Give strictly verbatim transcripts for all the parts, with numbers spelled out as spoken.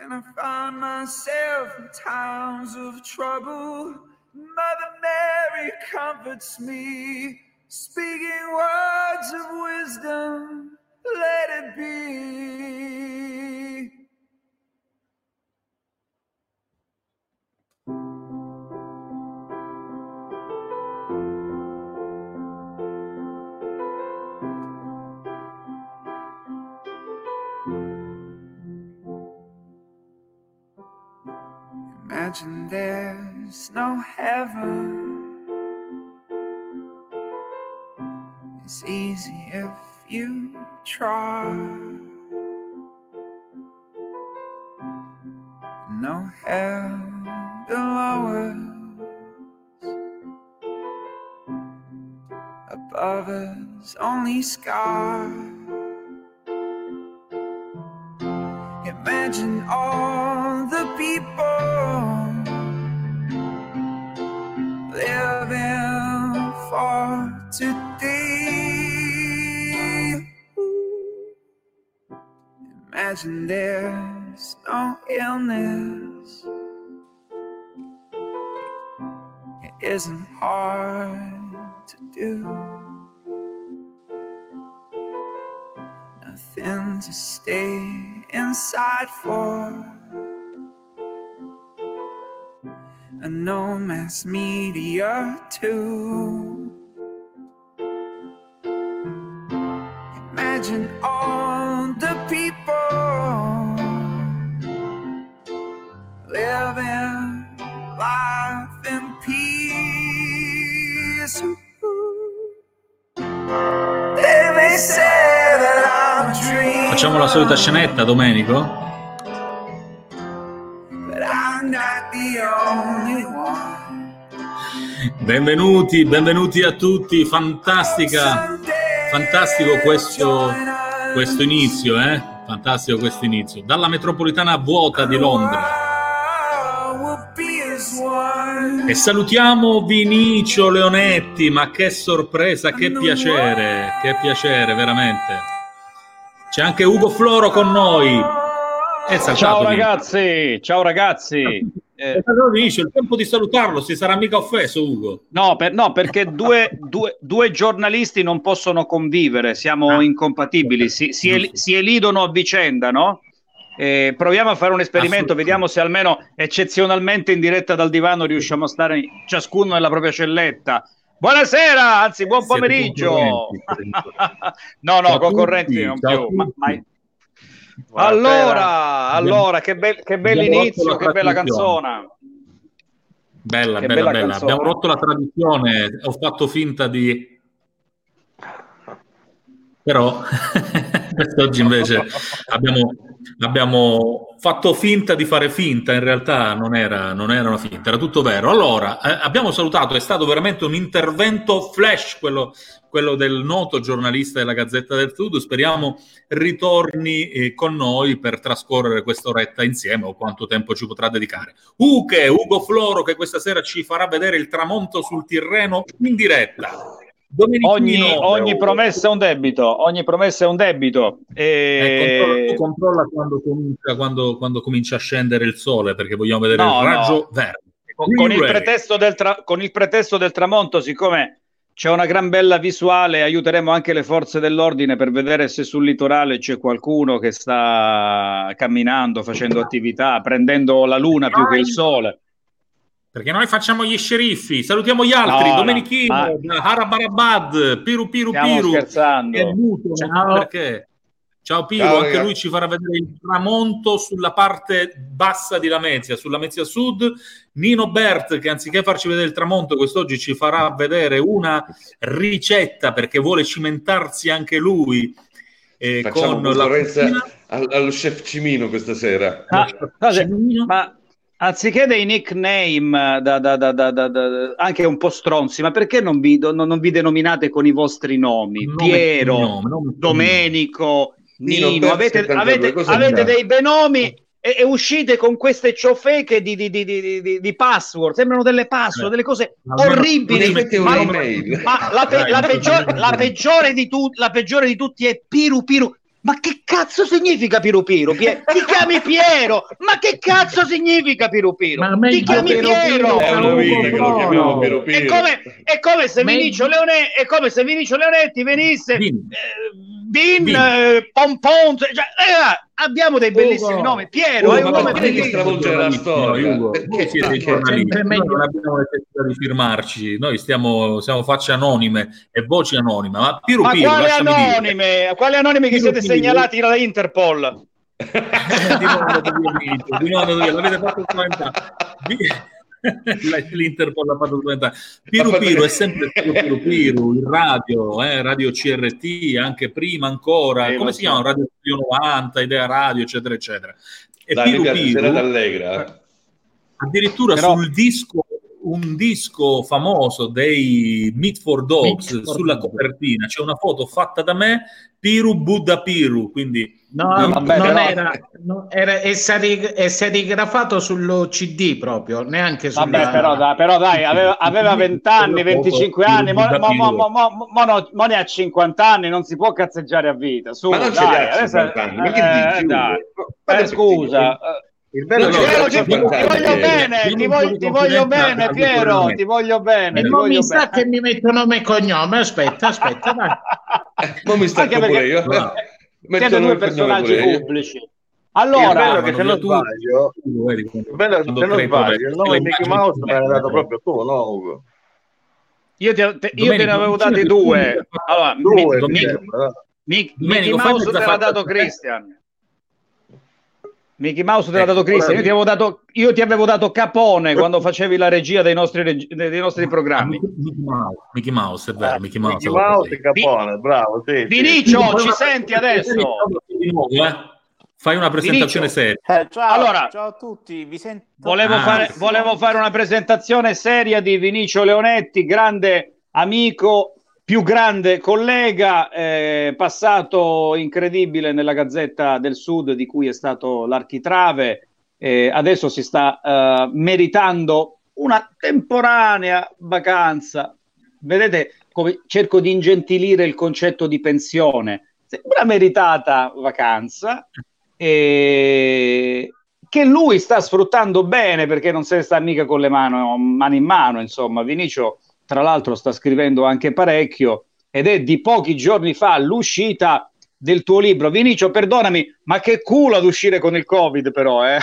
When I find myself in times of trouble, Mother Mary comforts me, speaking words of wisdom, let it be. Imagine there's no heaven. It's easy if you try. No hell below us. Above us, only sky. Imagine all the people living for today. Imagine there's no illness. It isn't hard to do. Nothing to stay inside for. And no mass media too. Imagine all the people living life in peace. They may say that I'm dreaming. Facciamo la solita scenetta, Domenico? Benvenuti, benvenuti a tutti, fantastica, fantastico questo, questo inizio, eh? Fantastico questo inizio. Dalla metropolitana vuota di Londra. E salutiamo Vinicio Leonetti, ma che sorpresa, che piacere, che piacere, veramente. C'è anche Ugo Floro con noi. Ciao ragazzi, ciao ragazzi. Eh, Vinicio, il tempo di salutarlo, si sarà mica offeso Ugo? No, per, no perché due, due, due giornalisti non possono convivere, siamo ah. incompatibili, si, si, el, si elidono a vicenda, no? Eh, proviamo a fare un esperimento, vediamo se almeno eccezionalmente in diretta dal divano riusciamo a stare ciascuno nella propria celletta. Buonasera, anzi buon pomeriggio. no, no, concorrenti non più, ma, mai. Allora, allora, che bel, che bell'inizio, che bella canzone. Bella, che bella, bella. bella. Abbiamo rotto la tradizione, ho fatto finta di... Però quest'oggi invece abbiamo, abbiamo fatto finta di fare finta, in realtà non era, non era una finta, era tutto vero. Allora, eh, abbiamo salutato, è stato veramente un intervento flash, quello, quello del noto giornalista della Gazzetta del Sud. Speriamo ritorni eh, con noi per trascorrere quest'oretta insieme, o quanto tempo ci potrà dedicare. Uche, Ugo Floro, che questa sera ci farà vedere il tramonto sul Tirreno in diretta. Ogni, ogni promessa è un debito, ogni promessa è un debito. E... Eh, controlla, tu controlla quando comincia, quando, quando comincia a scendere il sole, perché vogliamo vedere no, il raggio no. verde. Con, con, il pretesto del tra, con il pretesto del tramonto, siccome c'è una gran bella visuale, aiuteremo anche le forze dell'ordine per vedere se sul litorale c'è qualcuno che sta camminando, facendo attività, prendendo la luna più che il sole. Perché noi facciamo gli sceriffi, salutiamo gli altri, no, Domenichino, no, Harabarabad, Piru Piru Stiamo Piru. scherzando. Muto, ciao. Perché? Ciao Piru, ciao, anche ragazzi. Lui ci farà vedere il tramonto sulla parte bassa di Lamezia, sulla Lamezia Sud. Nino Bert, che anziché farci vedere il tramonto, quest'oggi ci farà vedere una ricetta, perché vuole cimentarsi anche lui. Eh, Facciamo con la allo chef Cimino questa sera. Ah, Cimino? Ma anziché dei nickname da, da, da, da, da, da, anche un po' stronzi, ma perché non vi, non, non vi denominate con i vostri nomi? Nome, Piero, nome, nome, Domenico, Nino, Nino avete, avete, avete dei benomi e, e uscite con queste ciofeche di, di, di, di, di, di password, sembrano delle password, eh. delle cose ma orribili. Ma, ma la, pe, la, peggiore, la, peggiore di tu, la peggiore di tutti è Piru Piru. Ma che cazzo significa Piru Piru? Pie- ti chiami Piero? Ma che cazzo significa Piru Piru? Ma ti chiami Piero Piero? È una vita che lo chiamiamo Piru Piru. È come, è come se Men- Vinicio Leone, è come se Vinicio Leonetti venisse Vin. eh, Vin, Vin. eh, Pompon, cioè, eh, abbiamo dei bellissimi Ugo. nomi. Piero Ugo, è un ma nome perché devi bellissimo. stravolgere la storia? Ugo, Perché? voi siete i Perché? giornalisti, Sempre noi meglio. non abbiamo necessità di firmarci, noi stiamo, siamo facce anonime e voci anonime, ma Piru Ma Piru, quali lasciami dire. anonime? Quali anonime che Piru siete Piru. segnalati da Interpol? di nuovo andato via Vinicio, di nuovo andato via, l'avete fatto spaventare. L'Interpol l'ha fatto spaventare. Piru Piru è sempre stato Piru Piru, il radio, eh, Radio C R T, anche prima ancora, Eh, come lo si so. chiama? Radio novanta, Idea Radio, eccetera, eccetera. E Dai, mi Piru piace, Piru, serata allegra. addirittura Però- sul disco, un disco famoso dei Meat for Dogs, Meat for sulla Dogs. copertina c'è una foto fatta da me, Piru Buddha Piru, quindi No, Vabbè, non però- era, no, era è, seri- è serigrafato sullo C D proprio, neanche sulla... Vabbè, però dai, però dai aveva, aveva venti anni, venticinque anni, mo, mo, mo, mo, mo, mo, no, mo ne ha cinquanta anni, non si può cazzeggiare a vita. Su, Ma non ce dai, li ha adesso- cinquanta anni, ma che eh, dici, dai. Ugo? Eh, Ma scusa, eh, Il bello ti è che voglio- ha ti- cinquanta ti anni, voglio Piero. bene, ti voglio, ti voglio bene, Piero, ti voglio bene, E ti non voglio mi sa bene. che mi metto nome e cognome, aspetta, aspetta, dai. Ma mi stacco Anche pure perché io. Bravo. Metto siete nome due e cognome personaggi pure io. pubblici. Il Allora, bello che se non tu- sbaglio, tu vedi, il bello che se quando non crei sbaglio, problemi. il nome Le Mickey immagini Mouse me l'hai belle, dato eh. proprio tu, no Ugo? io, ti, te, io te Domenico, ne avevo vicino dati che due. tu- Allora, Due, Mi- mi Mickey- sembra, no? Mickey Domenico, fai Mouse te mezza l'ha fatta- dato Christian. Mickey Mouse te l'ha dato Christian. Io ti avevo dato, io ti avevo dato Capone quando facevi la regia dei nostri, reg- dei nostri programmi. Mickey Mouse, Mickey Mouse, è vero, Eh, Mickey Mouse. Mickey avevo Mouse detto. e Capone, bravo, sì, sì. Vinicio, Fai ci una senti presentazione adesso? di nuovo, eh? Fai una presentazione Vinicio. seria. Eh, ciao, Allora, ciao a tutti, vi sento. Volevo, Ah, fare, sì. volevo fare una presentazione seria di Vinicio Leonetti, grande amico, più grande collega, eh, passato incredibile nella Gazzetta del Sud, di cui è stato l'architrave. Eh, adesso si sta eh, meritando una temporanea vacanza. Vedete come cerco di ingentilire il concetto di pensione. Una meritata vacanza. E che lui sta sfruttando bene, perché non se ne sta mica con le mano, mani in mano, insomma. Vinicio, tra l'altro, sta scrivendo anche parecchio ed è di pochi giorni fa l'uscita del tuo libro. Vinicio, perdonami, ma che culo ad uscire con il Covid, però, eh?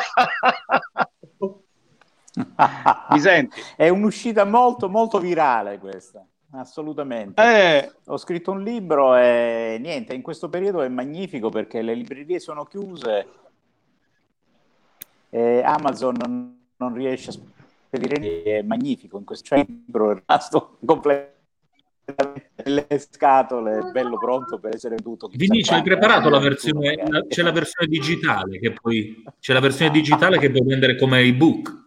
Mi senti? È un'uscita molto molto virale questa, assolutamente. Eh, Ho scritto un libro e niente, in questo periodo è magnifico perché le librerie sono chiuse e Amazon non, non riesce a spedire niente, è magnifico, in questo cioè, il libro è rimasto completamente nelle scatole, bello pronto per essere venduto. Vinicio, hai preparato la versione, la- c'è la versione digitale che poi c'è la versione digitale che puoi vendere come ebook.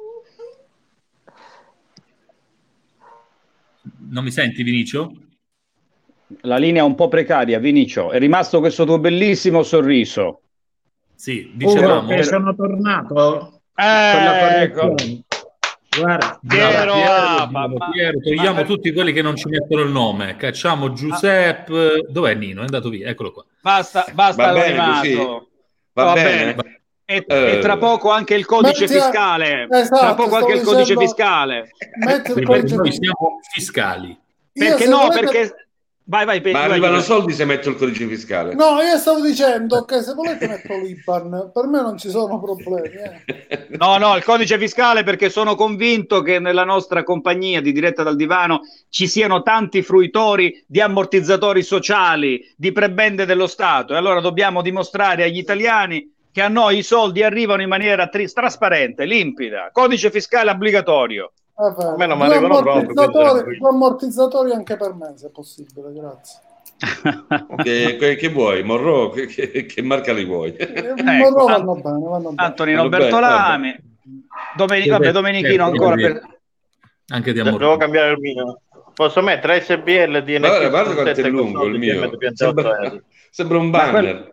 Non mi senti, Vinicio? la linea è un po' precaria, Vinicio. È rimasto questo tuo bellissimo sorriso. Sì, Ugo, dicevamo. che sono tornato Eh, con la ecco. correzione. Guarda, Piero, Piero, ah, Piero, ma- Piero, togliamo ma- tutti quelli che non ci mettono il nome. Cacciamo Giuseppe. Dov'è Nino? È andato via, eccolo qua. Basta, basta Va bene l'animato. Va, Va bene? bene. E, Eh. e tra poco anche il codice Metti a- fiscale. Esatto, tra poco anche il stavo codice dicendo- fiscale. Metti il Perché codice noi fiscale. siamo fiscali. Io, Perché se no? volete- Perché vai, vai, Ma vai, arrivano vai. soldi se metto il codice fiscale. No, io stavo dicendo che se volete metto l'I B A N, per me non ci sono problemi. eh. No, no, il codice fiscale, perché sono convinto che nella nostra compagnia di Diretta dal Divano ci siano tanti fruitori di ammortizzatori sociali, di prebende dello Stato, e allora dobbiamo dimostrare agli italiani che a noi i soldi arrivano in maniera tri- trasparente, limpida. Codice fiscale obbligatorio. Vabbè, A me non mi due arrivano proprio, ammortizzatori, quindi- due ammortizzatori anche per me, se possibile, grazie. Che, che- che vuoi? Morro? Che, che- che marca li vuoi? Eh, Ecco, Morro An- vanno bene, vanno bene. Antonino Vanno bene, Bertolami, Domeni- vabbè, Domenichino ancora per... Anche di Devo amore. cambiare il mio. Posso mettere S B L D N X Guarda, guarda quanto è con lungo il soldi mio. G M trentotto Sembra, euro. sembra un Ma quel- banner.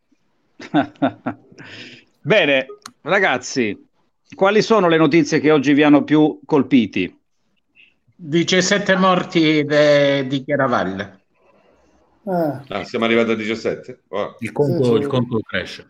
Bene, ragazzi, quali sono le notizie che oggi vi hanno più colpiti? diciassette morti de- di Chiaravalle. Eh. Ah, siamo arrivati a diciassette? Wow. Il conto, Sì, sì. il conto cresce.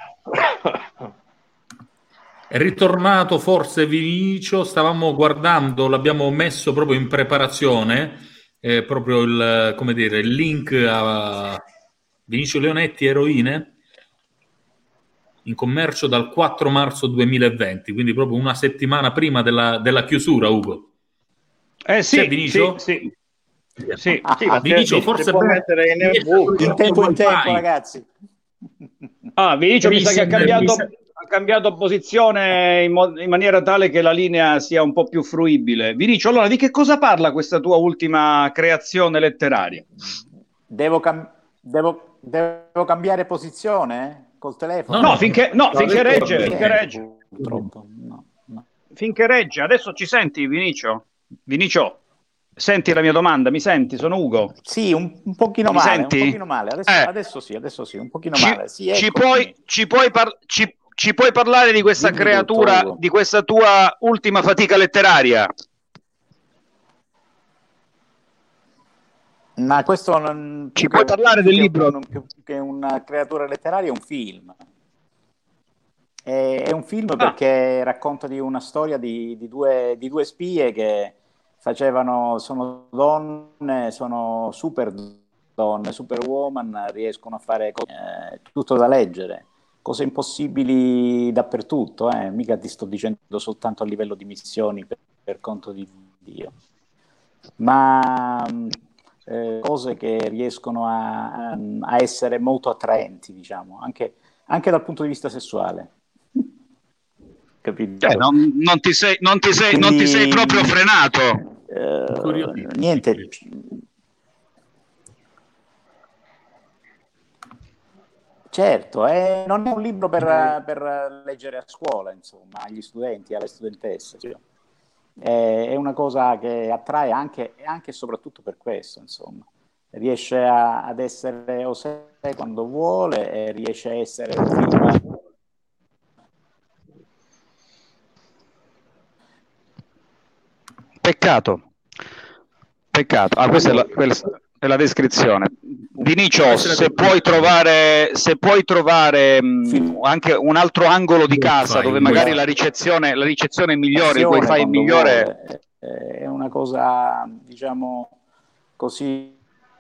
È ritornato forse Vinicio, stavamo guardando, l'abbiamo messo proprio in preparazione, eh, proprio il, come dire, il link a Vinicio Leonetti Eroine in commercio dal quattro marzo duemilaventi, quindi proprio una settimana prima della, della chiusura, Ugo. Eh sì, C'è Vinicio? sì, sì. Sì. Sì, ma Vinicio, si- forse si può bene- mettere in ebook. In tempo in tempo, Vai. ragazzi. Ah, Vinicio mi sa che ha Christian, cambiato, mi sa- ha cambiato posizione in, mo- in maniera tale che la linea sia un po' più fruibile. Vinicio, allora di che cosa parla questa tua ultima creazione letteraria? Devo, cam- devo, devo cambiare posizione col telefono? No, No, no. finché, no, No, finché adesso regge, va bene. finché regge, Purtroppo, no, no. finché regge. Adesso ci senti, Vinicio? Vinicio, senti la mia domanda, mi senti? Sono Ugo. Sì, un, un pochino Mi male, senti? un pochino male. Adesso, Eh. adesso sì, adesso sì, un pochino Ci, male. Sì, ci eccomi. puoi, ci, puoi par- ci, ci puoi parlare di questa Dimmi creatura, tutto, Ugo. di questa tua ultima fatica letteraria? Ma questo non, Ci più puoi che- parlare più del che libro? un- più che una creatura letteraria è un film. È, è un film perché racconta di una storia di, di due, di due spie che facevano, sono donne, sono super donne, superwoman, riescono a fare co- eh, tutto da leggere, cose impossibili dappertutto, eh. Mica ti sto dicendo soltanto a livello di missioni per, per conto di Dio, ma mh, eh, cose che riescono a, a- a essere molto attraenti, diciamo, anche, anche dal punto di vista sessuale. Capito? Cioè, non, non ti sei, non ti sei, non ti sei Quindi- proprio frenato. Eh, Incuriosito. niente, certo, eh, non è un libro per, per leggere a scuola, insomma, agli studenti, alle studentesse. Cioè. È, è una cosa che attrae anche e anche e soprattutto per questo, insomma. Riesce a- ad essere osè quando vuole e riesce a essere un film. Peccato. Peccato. Ah, questa è la, quella è la descrizione. Vinicio, se puoi trovare, se puoi trovare mh, anche un altro angolo di casa dove magari la ricezione, la ricezione è migliore, il wifi è quando migliore. vuole. È una cosa, diciamo, così.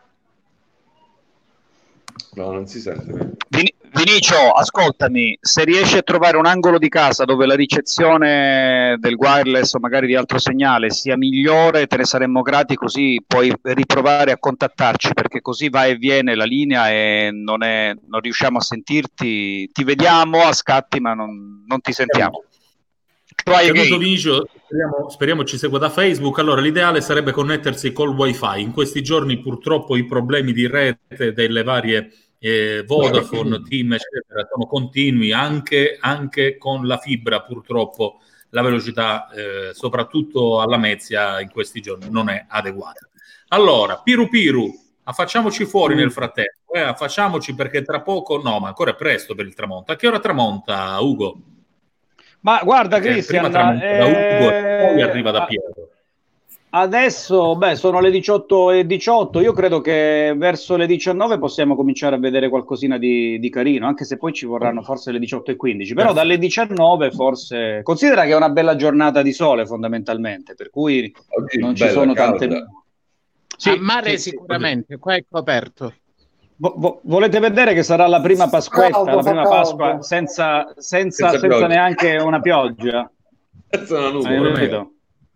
No, non si sente. Vin- Vinicio, ascoltami, se riesci a trovare un angolo di casa dove la ricezione del wireless o magari di altro segnale sia migliore, te ne saremmo grati, così puoi riprovare a contattarci, perché così va e viene la linea e non, è, non riusciamo a sentirti. Ti vediamo a scatti, ma non, non ti sentiamo. Try Saluto again. Vinicio, speriamo, speriamo ci segua da Facebook. Allora, l'ideale sarebbe connettersi col wifi. In questi giorni purtroppo i problemi di rete delle varie eh, Vodafone, Team, eccetera, sono continui, anche, anche con la fibra purtroppo la velocità, eh, soprattutto alla Lamezia, in questi giorni non è adeguata. Allora, Piru Piru, affacciamoci fuori nel frattempo, eh, affacciamoci perché tra poco, no, ma ancora è presto per il tramonto. A che ora tramonta, Ugo? Ma guarda, Perché Cristian, prima tramonta da Ugo e poi eh, arriva da a- Piero. adesso, beh, sono le diciotto e diciotto. Io credo che verso le diciannove possiamo cominciare a vedere qualcosina di, di carino, anche se poi ci vorranno forse le diciotto e quindici. Però dalle diciannove forse. Considera che è una bella giornata di sole, fondamentalmente, per cui Oggi non ci bella, sono calda. tante. Sì, A mare sì, sì. sicuramente, qua è coperto. Vo- vo- volete vedere che sarà la prima Pasquetta, Caldo, la prima fa Pasqua caldo. senza, senza, Senza senza pioggia. neanche una pioggia? Senza una Hai nuvola. capito?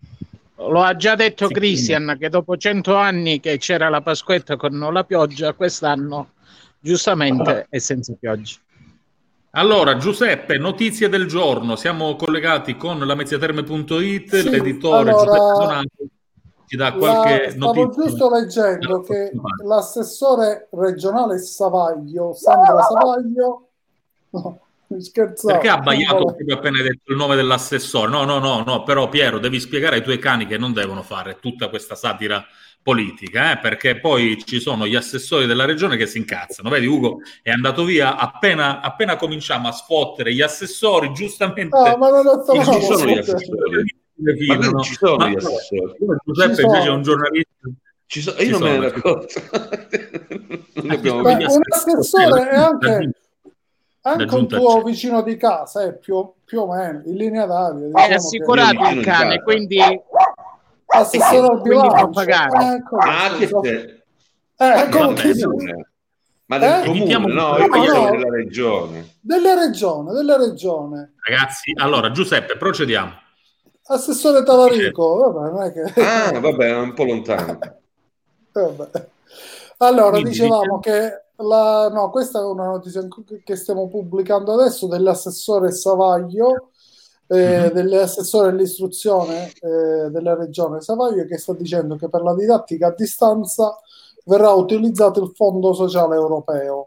Lo ha già detto Sì, Christian che dopo cento anni che c'era la Pasquetta con la pioggia, quest'anno giustamente è senza pioggia. Allora, Giuseppe, notizie del giorno. Siamo collegati con la meziaterme punto it, Sì, l'editore allora, Giuseppe Donato ci dà qualche La- stavo notizia. giusto leggendo che l'assessore regionale Savaglio, Sandra Savaglio, no, scherzavo. Perché ha abbaiato Non proprio appena hai detto il nome dell'assessore? No, no, no, no, però Piero, devi spiegare ai tuoi cani che non devono fare tutta questa satira politica, eh, perché poi ci sono gli assessori della regione che si incazzano. Vedi, Ugo è andato via appena, appena cominciamo a sfottere gli assessori, giustamente. No, ma non lo stavamo Ci sono gli sfruttando. assessori. Le Ma filano. non ci sono Ma gli no, assessori. Giuseppe Ci invece è sono. un giornalista, Ci so, io ci non sono, me ne racconto. Non ne abbiamo Beh, un assessore è anche, anche un tuo c'è. vicino di casa, è più, più o meno, in linea d'aria. Diciamo è assicurato che... il cane, quindi... Assessore al bilancio. Pagare. Ecco, ah, che c'è? Eh, ecco che ma del eh? comune, no, io no, no, della regione. Della regione, della regione. Ragazzi, allora, Giuseppe, procediamo. Assessore Talarico, vabbè, non è che... Ah, vabbè, è un po' lontano. Vabbè. Allora, Quindi, dicevamo che la, no, questa è una notizia che stiamo pubblicando adesso dell'assessore Savaglio, eh, mm-hmm. dell'assessore dell'istruzione eh, della regione Savaglio, che sta dicendo che per la didattica a distanza verrà utilizzato il Fondo Sociale Europeo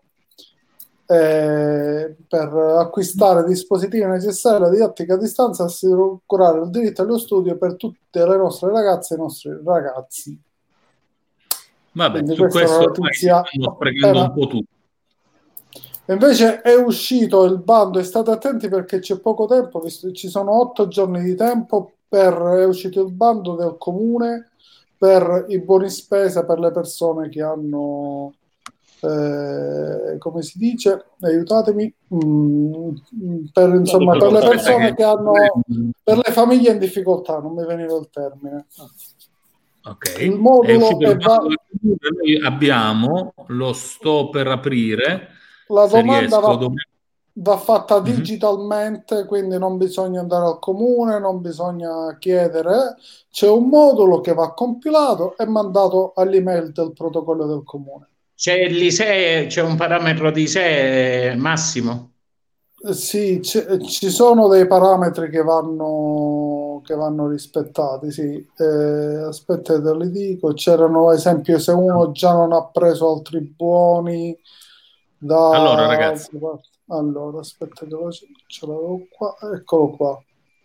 eh, per acquistare dispositivi necessari alla didattica a distanza e assicurare il diritto allo studio per tutte le nostre ragazze e i nostri ragazzi. Vabbè, quindi su questo notizia stiamo sprecando un po' tutto. Invece è uscito il bando, e state attenti perché c'è poco tempo, visto che ci sono otto giorni di tempo, per è uscito il bando del comune per i buoni spesa per le persone che hanno eh, come si dice, aiutatemi mh, per insomma per le persone che hanno per le famiglie in difficoltà, non mi veniva il termine. Ok, il modulo è è va... Noi abbiamo, lo sto per aprire, la domanda riesco, va, dove... va fatta mm-hmm. digitalmente, quindi non bisogna andare al comune, non bisogna chiedere, c'è un modulo che va compilato e mandato all'email del protocollo del comune. C'è l'I S E E, c'è un parametro di I S E E massimo? Sì, ci sono dei parametri che vanno, che vanno rispettati, sì. Eh, aspettate, li dico. C'erano, ad esempio, se uno già non ha preso altri buoni da... Allora, ragazzi. Allora, aspetta che ce l'avevo qua. Eccolo qua.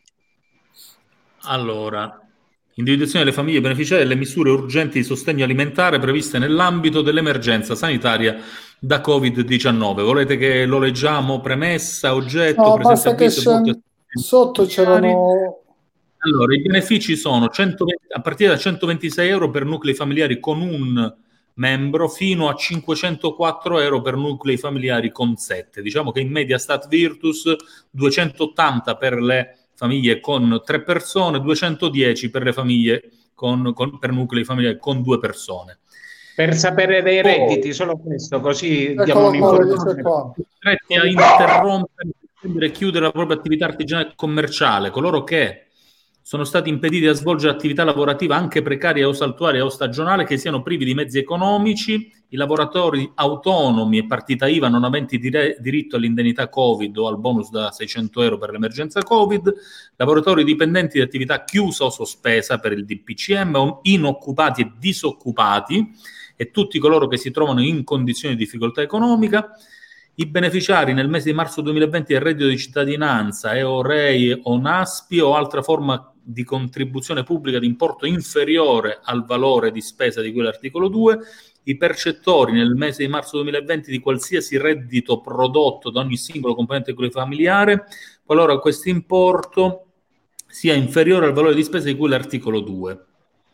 Allora, individuazione delle famiglie beneficiarie delle misure urgenti di sostegno alimentare previste nell'ambito dell'emergenza sanitaria da covid diciannove. Volete che lo leggiamo? Premessa, oggetto, no, presente che scen- sotto c'erano... Allora, i benefici sono centoventi, a partire da centoventisei euro per nuclei familiari con un membro fino a cinquecentoquattro euro per nuclei familiari con sette. Diciamo che in media Stat Virtus duecentottanta per le famiglie con tre persone, duecentodieci per le famiglie con, con, per nuclei familiari con due persone. Per sapere dei redditi, oh. solo questo, così Eccolo diamo un'informazione. Costretti a interrompere e chiudere la propria attività artigianale e commerciale, coloro che sono stati impediti a svolgere attività lavorativa anche precaria o saltuaria o stagionale, che siano privi di mezzi economici, i lavoratori autonomi e partita I V A non aventi dire- diritto all'indennità Covid o al bonus da seicento euro per l'emergenza Covid, lavoratori dipendenti di attività chiusa o sospesa per il D P C M, inoccupati e disoccupati e tutti coloro che si trovano in condizioni di difficoltà economica. I beneficiari nel mese di marzo duemilaventi del reddito di cittadinanza e o R E I o NASPI o altra forma di contribuzione pubblica di importo inferiore al valore di spesa di cui l'articolo due, i percettori nel mese di marzo duemilaventi di qualsiasi reddito prodotto da ogni singolo componente familiare, qualora questo importo sia inferiore al valore di spesa di cui l'articolo due.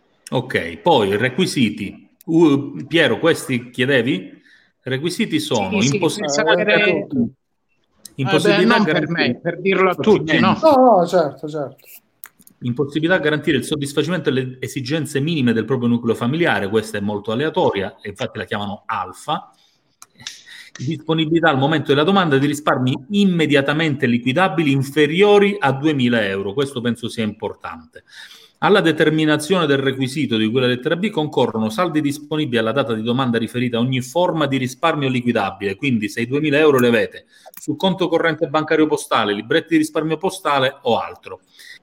Ok, poi requisiti. Uh, Piero, questi chiedevi? Requisiti sono sì, sì, impossibilità, avere... impossibilità eh beh, non per me, per dirlo a tutti, no? No, no, certo, certo. Impossibilità a garantire il soddisfacimento delle esigenze minime del proprio nucleo familiare, questa è molto aleatoria, e infatti la chiamano alfa. Disponibilità al momento della domanda di risparmi immediatamente liquidabili inferiori a duemila euro, questo penso sia importante. Alla determinazione del requisito di cui la lettera B concorrono saldi disponibili alla data di domanda riferita a ogni forma di risparmio liquidabile, quindi se i duemila euro le avete sul conto corrente bancario postale, libretti di risparmio postale o altro,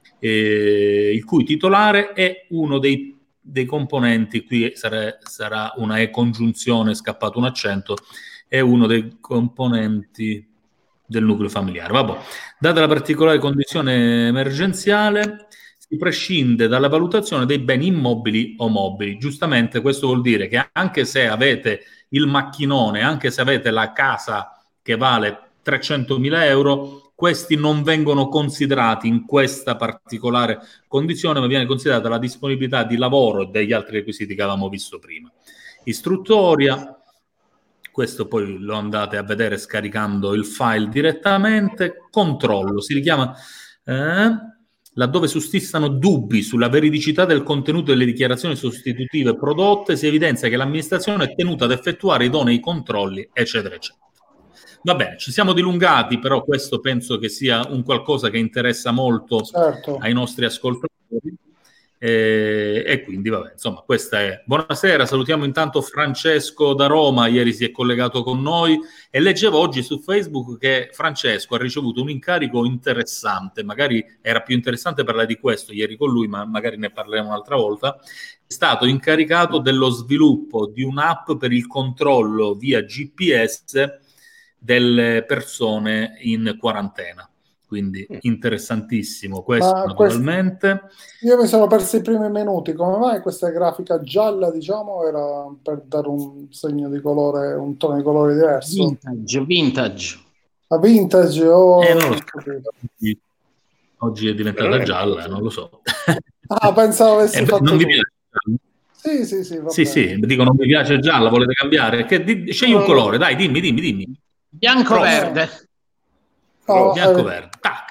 eh, il cui titolare è uno dei, dei componenti, qui sarà, sarà una e-congiunzione, scappato un accento, è uno dei componenti del nucleo familiare. Vabbè. Data la particolare condizione emergenziale, si prescinde dalla valutazione dei beni immobili o mobili. Giustamente questo vuol dire che anche se avete il macchinone, anche se avete la casa che vale trecentomila euro, questi non vengono considerati in questa particolare condizione, ma viene considerata la disponibilità di lavoro e degli altri requisiti che avevamo visto prima. Istruttoria, questo poi lo andate a vedere scaricando il file direttamente. Controllo, si richiama eh, laddove sussistano dubbi sulla veridicità del contenuto delle dichiarazioni sostitutive prodotte, si evidenzia che l'amministrazione è tenuta ad effettuare idonei controlli, eccetera, eccetera. Va bene, ci siamo dilungati, però questo penso che sia un qualcosa che interessa molto certo. ai nostri ascoltatori. E, e quindi vabbè, insomma, questa è. Buonasera, salutiamo intanto Francesco da Roma, ieri si è collegato con noi e leggevo oggi su Facebook che Francesco ha ricevuto un incarico interessante, magari era più interessante parlare di questo ieri con lui, ma magari ne parleremo un'altra volta. È stato incaricato dello sviluppo di un'app per il controllo via G P S delle persone in quarantena. Quindi interessantissimo questo, Ma naturalmente. Questo, io mi sono perso i primi minuti. Come mai questa grafica gialla, diciamo, era per dare un segno di colore, un tono di colore diverso? Vintage, vintage. A vintage o... Eh, non lo so. Oggi è diventata gialla, non lo so. Ah, pensavo avessi eh, fatto non tu. mi piace. Sì, sì, sì. Va sì, bene. sì, dico non mi piace gialla, volete cambiare? Che, di, scegli un colore, dai, dimmi, dimmi, dimmi. Bianco-verde. No, bianco-verde. eh... Tac.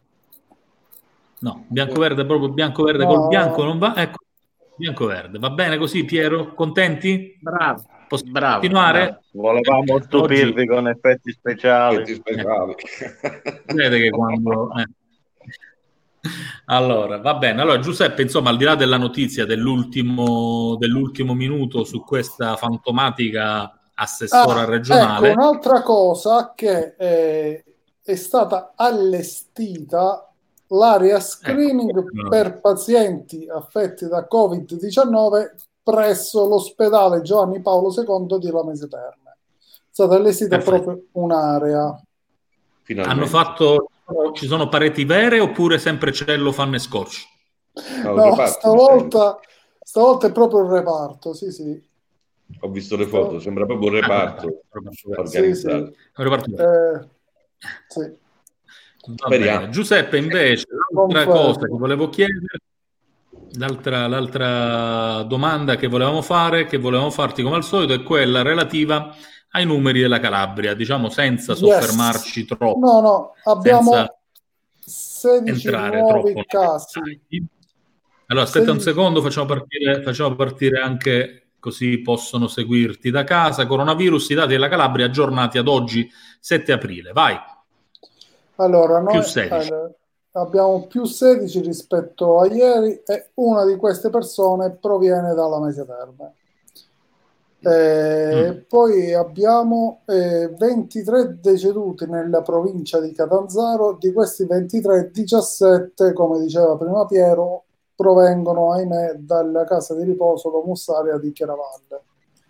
No, bianco-verde, proprio bianco-verde no. col bianco non va. Ecco, bianco-verde. Va bene così, Piero? Contenti? Bravo. Possiamo bravo, continuare? Bravo. Volevamo stupirvi Oggi... con effetti speciali. Effetti speciali. Vedete che quando... Eh. Allora, va bene. Allora, Giuseppe, insomma, al di là della notizia dell'ultimo, dell'ultimo minuto su questa fantomatica assessora ah, regionale... Ecco, un'altra cosa che è, è stata allestita l'area screening ecco. per pazienti affetti da covid diciannove presso l'ospedale Giovanni Paolo secondo di Lamezia Terme. È stata allestita Perfetto. proprio un'area. Finalmente. Hanno fatto... Ci sono pareti vere oppure sempre cellophane e scotch? No, no reparto, stavolta, stavolta è proprio il reparto, sì, sì. Ho visto le foto, sembra proprio un reparto ah, organizzato. Sì, sì. Un reparto eh, sì. Bene. Giuseppe, invece, l'altra cosa che volevo chiedere, l'altra, l'altra domanda che volevamo fare, che volevamo farti come al solito, è quella relativa ai numeri della Calabria, diciamo senza soffermarci yes. troppo. No, no, abbiamo sedici nuovi casi. Allora, aspetta sedici. Un secondo, facciamo partire, facciamo partire anche così possono seguirti da casa. Coronavirus, i dati della Calabria aggiornati ad oggi sette aprile. Vai. Allora, noi più sedici. Allora, abbiamo più sedici rispetto a ieri e una di queste persone proviene dalla Lamezia Terme. Eh, mm. Poi abbiamo eh, ventitré deceduti nella provincia di Catanzaro, di questi ventitré, diciassette, come diceva prima Piero, provengono, ahimè, dalla casa di riposo commissaria di Chiaravalle.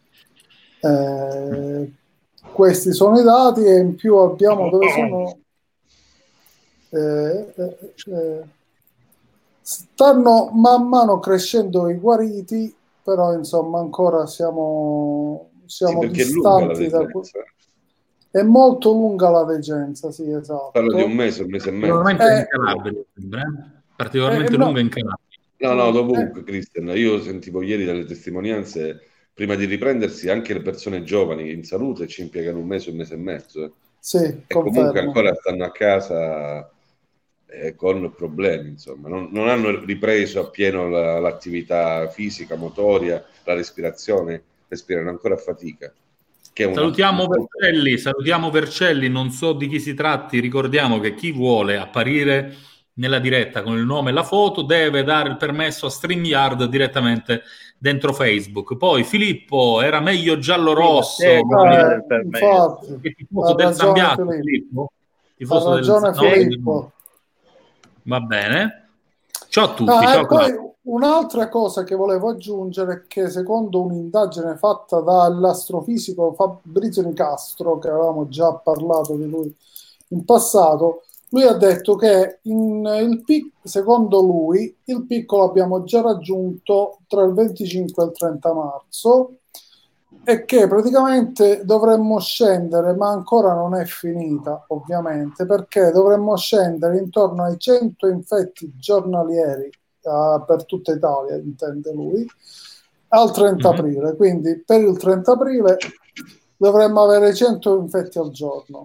Eh, mm. Questi sono i dati e in più abbiamo dove sono eh, eh, eh, stanno man mano crescendo i guariti, però insomma ancora siamo, siamo sì, distanti da questo. È molto lunga la degenza, sì, esatto. Parlo di un mese, un mese e mezzo. Particolarmente eh, in Calabria, eh? particolarmente eh, lunga no. in Calabria. No, no, dovunque, eh. Cristian. Io sentivo ieri dalle testimonianze, prima di riprendersi, anche le persone giovani in salute ci impiegano un mese, un mese e mezzo. Eh. Sì, e confermo. Comunque ancora stanno a casa eh, con problemi, insomma. Non, non hanno ripreso appieno la, l'attività fisica, motoria, la respirazione, respirano ancora a fatica. Che è una... Salutiamo Vercelli, salutiamo Vercelli, non so di chi si tratti, ricordiamo che chi vuole apparire nella diretta con il nome e la foto deve dare il permesso a StreamYard direttamente dentro Facebook. Poi Filippo, era meglio giallo-rosso, eh, eh, infatti, che tifoso del Sambiato, Filippo, tifoso ha ragione del... Filippo. No, va bene, ciao a tutti. Ah, ciao e poi un'altra cosa che volevo aggiungere è che secondo un'indagine fatta dall'astrofisico Fabrizio Nicastro, che avevamo già parlato di lui in passato, lui ha detto che in, il pic, secondo lui il picco l'abbiamo già raggiunto tra il venticinque e il trenta marzo è che praticamente dovremmo scendere, ma ancora non è finita ovviamente, perché dovremmo scendere intorno ai cento infetti giornalieri uh, per tutta Italia, intende lui, al trenta Mhm. aprile. Quindi per il trenta aprile dovremmo avere cento infetti al giorno.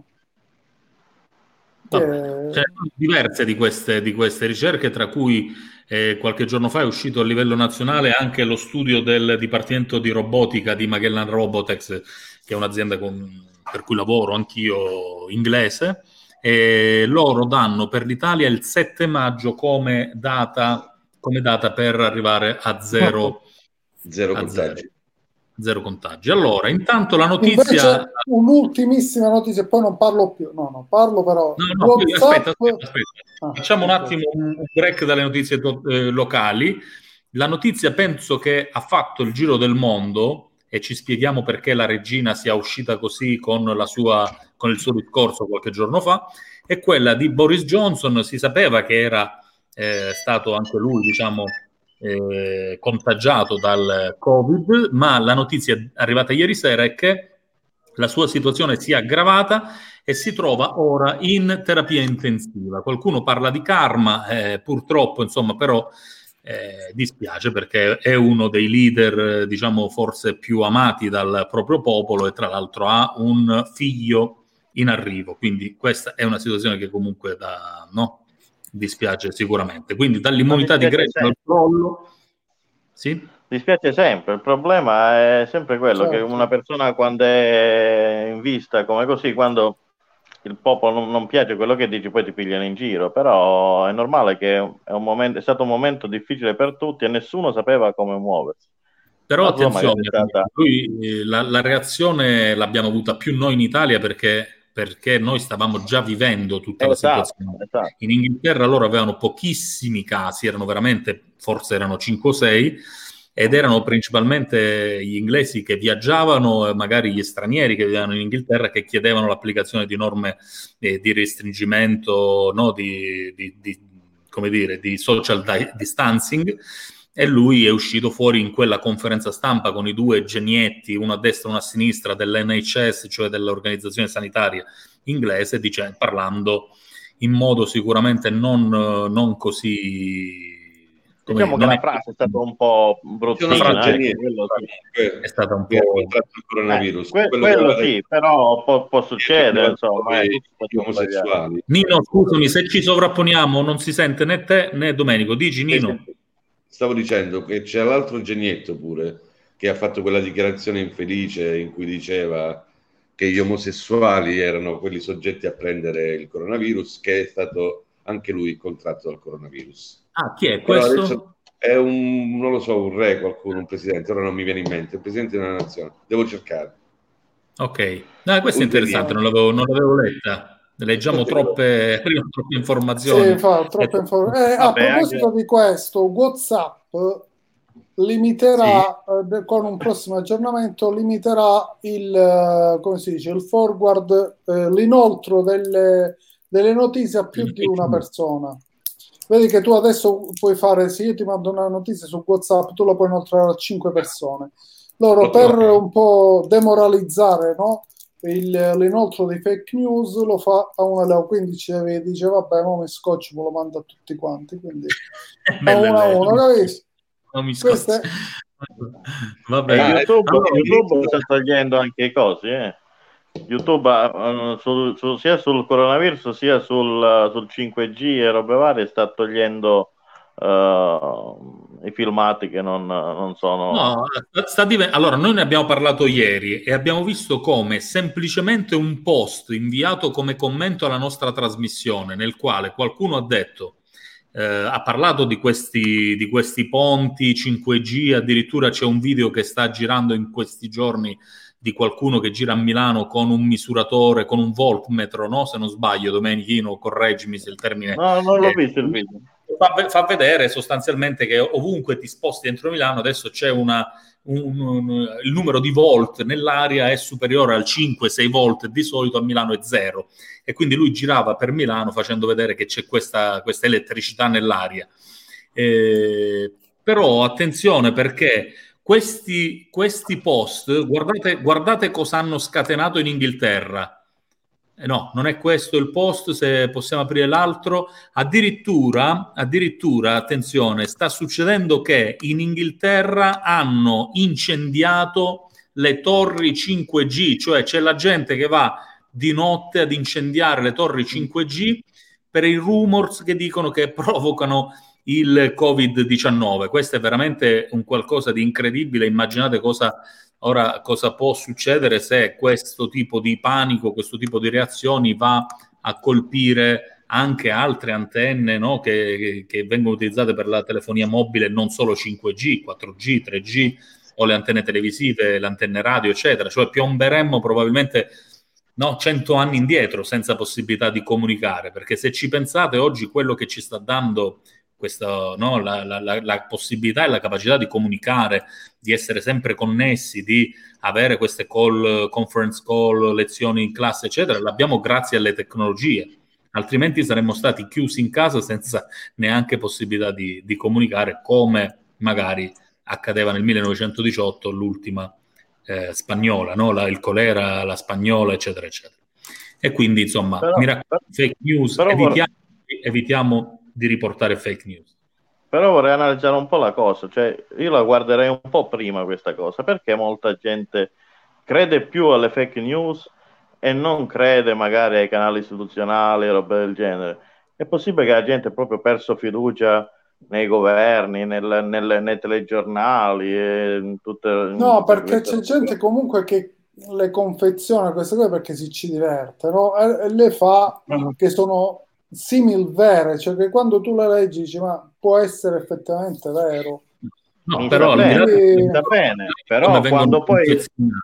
Vabbè, Che... cioè, diverse di queste, di queste ricerche, tra cui eh, qualche giorno fa è uscito a livello nazionale anche lo studio del Dipartimento di Robotica di Magellan Robotex, che è un'azienda con- per cui lavoro anch'io, inglese, e loro danno per l'Italia il sette maggio come data, come data per arrivare a zero, Zero a zero, contagi. zero contagi. Allora, intanto la notizia... Invece un'ultimissima notizia e poi non parlo più, no, no, parlo però No, no, qui- WhatsApp. aspetta, aspetta, aspetta. Ah, Facciamo un ok. attimo un un break dalle notizie to- eh, locali. La notizia penso che ha fatto il giro del mondo e ci spieghiamo perché la regina sia uscita così con, la sua, con il suo discorso qualche giorno fa, è quella di Boris Johnson. Si sapeva che era eh, stato anche lui, diciamo, eh, contagiato dal Covid, ma la notizia arrivata ieri sera è che la sua situazione si è aggravata e si trova ora in terapia intensiva. Qualcuno parla di karma, eh, purtroppo, insomma, però eh, dispiace perché è uno dei leader, eh, diciamo, forse più amati dal proprio popolo e tra l'altro ha un figlio in arrivo, quindi questa è una situazione che comunque da, no, dispiace sicuramente. Quindi Ma dall'immunità di dispiace gregge al sempre. crollo, sì? Dispiace sempre, il problema è sempre quello che Certo. una persona quando è in vista come così, quando il popolo non, non piace quello che dici, poi ti pigliano in giro, però è normale che è, un momento, è stato un momento difficile per tutti e nessuno sapeva come muoversi. Però La sua magari è attenzione, stata... lui, eh, la, la reazione l'abbiamo avuta più noi in Italia perché, perché noi stavamo già vivendo tutta la Esatto, situazione. esatto. In Inghilterra loro avevano pochissimi casi, erano veramente, forse erano cinque o sei, ed erano principalmente gli inglesi che viaggiavano, e magari gli stranieri che vivevano in Inghilterra, che chiedevano l'applicazione di norme eh, di restringimento, no, di, di, di, come dire, di social di- distancing. E lui è uscito fuori in quella conferenza stampa con i due genietti, uno a destra e uno a sinistra, dell'N H S, cioè dell'organizzazione sanitaria inglese, dice, parlando in modo sicuramente non, non così... Come Diciamo dire, che non la è, frase è stata un po' Sono bruttina, frase- ecco, quello sì. è stata un che ha po'... contratto il Eh, coronavirus. que- quello che quello aveva sì, detto però può, può che succedere, insomma, poi eh, tutti gli possono sbagliare. omosessuali. Nino, scusami, se ci sovrapponiamo non si sente né te né Domenico. Dici, Nino? Stavo dicendo che c'è l'altro genietto pure che ha fatto quella dichiarazione infelice in cui diceva che gli omosessuali erano quelli soggetti a prendere il coronavirus, che è stato anche lui contratto dal coronavirus. Ah, chi è Però questo? adesso è un, non lo so, un re, qualcuno, un presidente, ora non mi viene in mente, il presidente della nazione, devo cercare. Ok, no, questo è Un interessante, non l'avevo, non l'avevo letta. Leggiamo troppe, troppe informazioni. Sì, fa troppe informazioni. Eh, a Vabbè, proposito anche... di questo, WhatsApp limiterà eh, con un prossimo aggiornamento limiterà il, eh, come si dice, il forward, eh, l'inoltro delle, delle notizie a più di una persona. Vedi che tu adesso puoi fare, se io ti mando una notizia su WhatsApp, tu la puoi inoltrare a cinque persone. Loro, per un po' demoralizzare, no, il, l'inoltro di fake news, lo fa a una alle quindici e dice vabbè, mo mi scoccio, me lo mando a tutti quanti, quindi a uno a uno, capisci? Non mi Questo scoccio. è... Vabbè, E Ah, YouTube, allora, YouTube sta togliendo anche i cosi, eh. YouTube uh, su, su, sia sul coronavirus sia sul, uh, sul cinque G e robe varie sta togliendo uh, i filmati che non, non sono... no, sta div- allora, noi ne abbiamo parlato ieri e abbiamo visto come semplicemente un post inviato come commento alla nostra trasmissione, nel quale qualcuno ha detto, eh, ha parlato di questi, di questi ponti cinque G, addirittura c'è un video che sta girando in questi giorni di qualcuno che gira a Milano con un misuratore, con un voltmetro, no? Se non sbaglio, Domenichino, correggimi se il termine... No, non l'ho è... visto il video. Fa, fa vedere sostanzialmente che ovunque ti sposti dentro Milano adesso c'è una, un, un, il numero di volt nell'aria è superiore al cinque sei volt, di solito a Milano è zero, e quindi lui girava per Milano facendo vedere che c'è questa, questa elettricità nell'aria. Eh, però attenzione, perché questi, questi post, guardate, guardate cosa hanno scatenato in Inghilterra. Eh no, non è questo il post, se possiamo aprire l'altro. Addirittura, addirittura, attenzione, sta succedendo che in Inghilterra hanno incendiato le torri cinque G, cioè c'è la gente che va di notte ad incendiare le torri cinque G per i rumors che dicono che provocano il covid diciannove. Questo è veramente un qualcosa di incredibile. Immaginate cosa... Ora, cosa può succedere se questo tipo di panico, questo tipo di reazioni va a colpire anche altre antenne, no? che, che, che vengono utilizzate per la telefonia mobile, non solo cinque G, quattro G, tre G o le antenne televisive, le antenne radio, eccetera. Cioè piomberemmo probabilmente no, cento anni indietro senza possibilità di comunicare, perché se ci pensate oggi quello che ci sta dando questa, no, la, la, la, la possibilità e la capacità di comunicare, di essere sempre connessi, di avere queste call, conference call, lezioni in classe, eccetera, l'abbiamo grazie alle tecnologie. Altrimenti saremmo stati chiusi in casa senza neanche possibilità di, di comunicare, come magari accadeva nel millenovecentodiciotto, l'ultima eh, spagnola, no? la, il colera, la spagnola, eccetera, eccetera. E quindi, insomma, però, mi raccomando, fake news, però evitiamo, evitiamo di riportare fake news. Però vorrei analizzare un po' la cosa, cioè io la guarderei un po' prima questa cosa, perché molta gente crede più alle fake news e non crede magari ai canali istituzionali e roba del genere. È possibile che la gente ha proprio perso fiducia nei governi, nel, nel, nei telegiornali e in tutte, no, in perché c'è gente comunque che le confeziona queste cose perché si ci diverte, no? E, e le fa uh-huh. che sono simil vere, cioè che quando tu la leggi dici ma può essere effettivamente vero. No, mi però sta bene, di... mi sta bene, però quando poi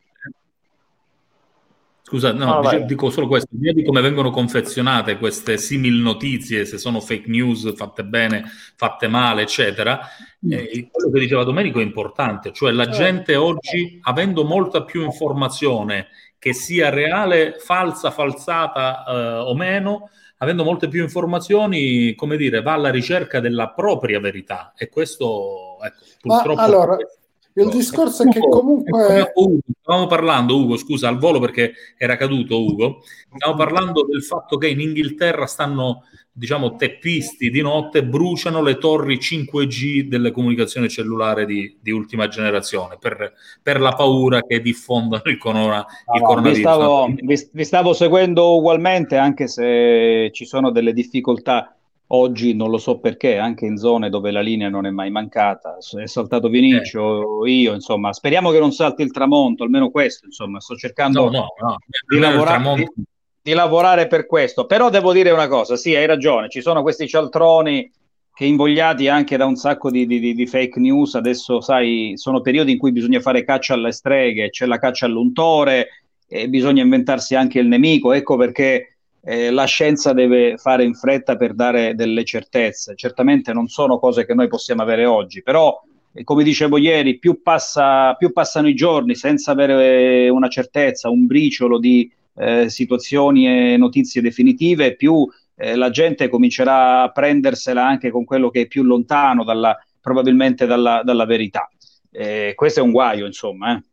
scusa, no, no dico, dico solo questo, di come vengono confezionate queste simil notizie, se sono fake news fatte bene, fatte male, eccetera. Eh, quello che diceva Domenico è importante, cioè la gente oggi, avendo molta più informazione, che sia reale, falsa, falsata eh, o meno, avendo molte più informazioni, come dire, va alla ricerca della propria verità, e questo, ecco, purtroppo... Ma allora, il discorso è che comunque... Ugo, stavamo parlando, Ugo, scusa, al volo perché era caduto, Ugo, stiamo parlando del fatto che in Inghilterra stanno, diciamo, teppisti di notte, bruciano le torri cinque G delle comunicazioni cellulari di, di ultima generazione, per, per la paura che diffondano il, corona, il no, coronavirus. Vi stavo, vi, vi stavo seguendo ugualmente, anche se ci sono delle difficoltà. Oggi non lo so perché, anche in zone dove la linea non è mai mancata, è saltato Vinicio, eh. io, insomma, speriamo che non salti il tramonto, almeno questo, insomma, sto cercando no, no, no. Di, lavorare, di, di lavorare per questo. Però devo dire una cosa, sì, hai ragione, ci sono questi cialtroni che, invogliati anche da un sacco di, di, di fake news, adesso, sai, sono periodi in cui bisogna fare caccia alle streghe, c'è la caccia all'untore, e bisogna inventarsi anche il nemico, ecco perché Eh, la scienza deve fare in fretta per dare delle certezze. Certamente non sono cose che noi possiamo avere oggi, però eh, come dicevo ieri, più, passa, più passano i giorni senza avere una certezza, un briciolo di eh, situazioni e notizie definitive, più eh, la gente comincerà a prendersela anche con quello che è più lontano dalla, probabilmente dalla, dalla verità. Eh, questo è un guaio, insomma, eh.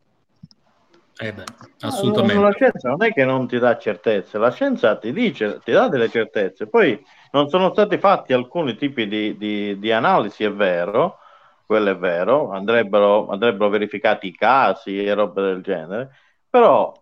Eh beh, assolutamente. La scienza non è che non ti dà certezze, la scienza ti dice, ti dà delle certezze, poi non sono stati fatti alcuni tipi di, di, di analisi, è vero, quello è vero, andrebbero, andrebbero verificati i casi e robe del genere, però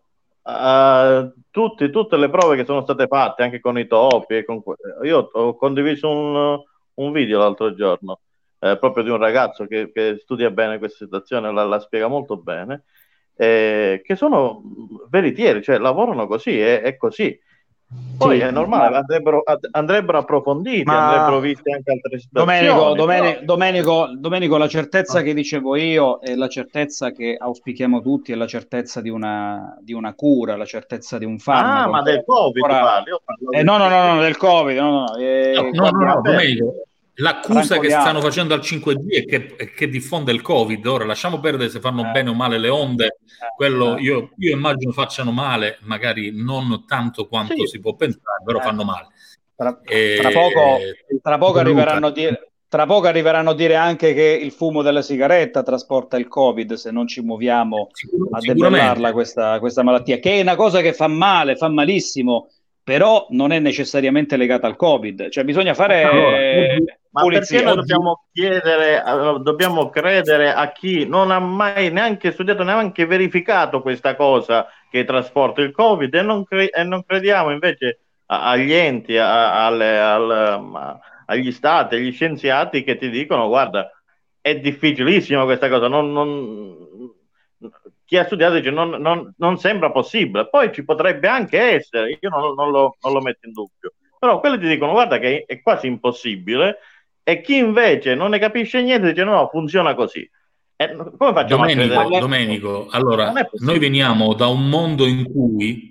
uh, tutti, tutte le prove che sono state fatte anche con i topi, e con, io ho condiviso un, un video l'altro giorno eh, proprio di un ragazzo che, che studia bene questa situazione, la, la spiega molto bene. Eh, che sono veritieri, cioè lavorano così, è, è così. Poi sì, è normale, ma... andrebbero, andrebbero approfonditi, ma... andrebbero viste anche altre situazioni. Domenico, Domenico, però... Domenico, Domenico, la certezza che dicevo io è la certezza che auspichiamo tutti, è la certezza di una, di una cura, la certezza di un farmaco. Ah, ma del Covid Ora... parli? Io parlo eh, no, no, no, no, del Covid, no, no, eh, no, no, no, no, Domenico. L'accusa che stanno facendo al cinque G è che, è che diffonde il Covid. Ora lasciamo perdere se fanno eh. bene o male le onde, quello eh. io, io immagino facciano male, magari non tanto quanto sì. si può pensare, però eh. fanno male. Tra, e... tra poco, tra poco arriveranno a dire tra poco arriveranno a dire anche che il fumo della sigaretta trasporta il Covid se non ci muoviamo a debellarla questa, questa malattia, che è una cosa che fa male, fa malissimo, però non è necessariamente legata al Covid, cioè bisogna fare allora, ma pulizia. perché noi dobbiamo chiedere, dobbiamo credere a chi non ha mai neanche studiato, neanche verificato questa cosa che trasporta il Covid, e non, cre- e non crediamo invece a- agli enti, a- alle, al, a- agli stati, agli scienziati che ti dicono guarda, è difficilissima questa cosa, non, non, chi ha studiato dice non, non, non sembra possibile, poi ci potrebbe anche essere, io non, non, lo, non lo metto in dubbio, però quelli ti dicono guarda che è quasi impossibile, e chi invece non ne capisce niente dice no, no, funziona così. E come facciamo Domenico, a credere? Domenico, allora, noi veniamo da un mondo in cui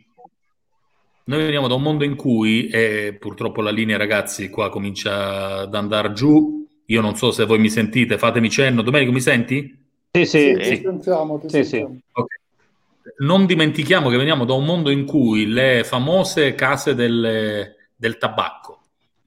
noi veniamo da un mondo in cui, e purtroppo la linea, ragazzi, qua comincia ad andare giù. Io non so se voi mi sentite, fatemi cenno. Domenico, mi senti? Sì, sì, sì, sì. Ti sentiamo, ti sì, sentiamo. sì. Okay. Non dimentichiamo che veniamo da un mondo in cui le famose case del, del tabacco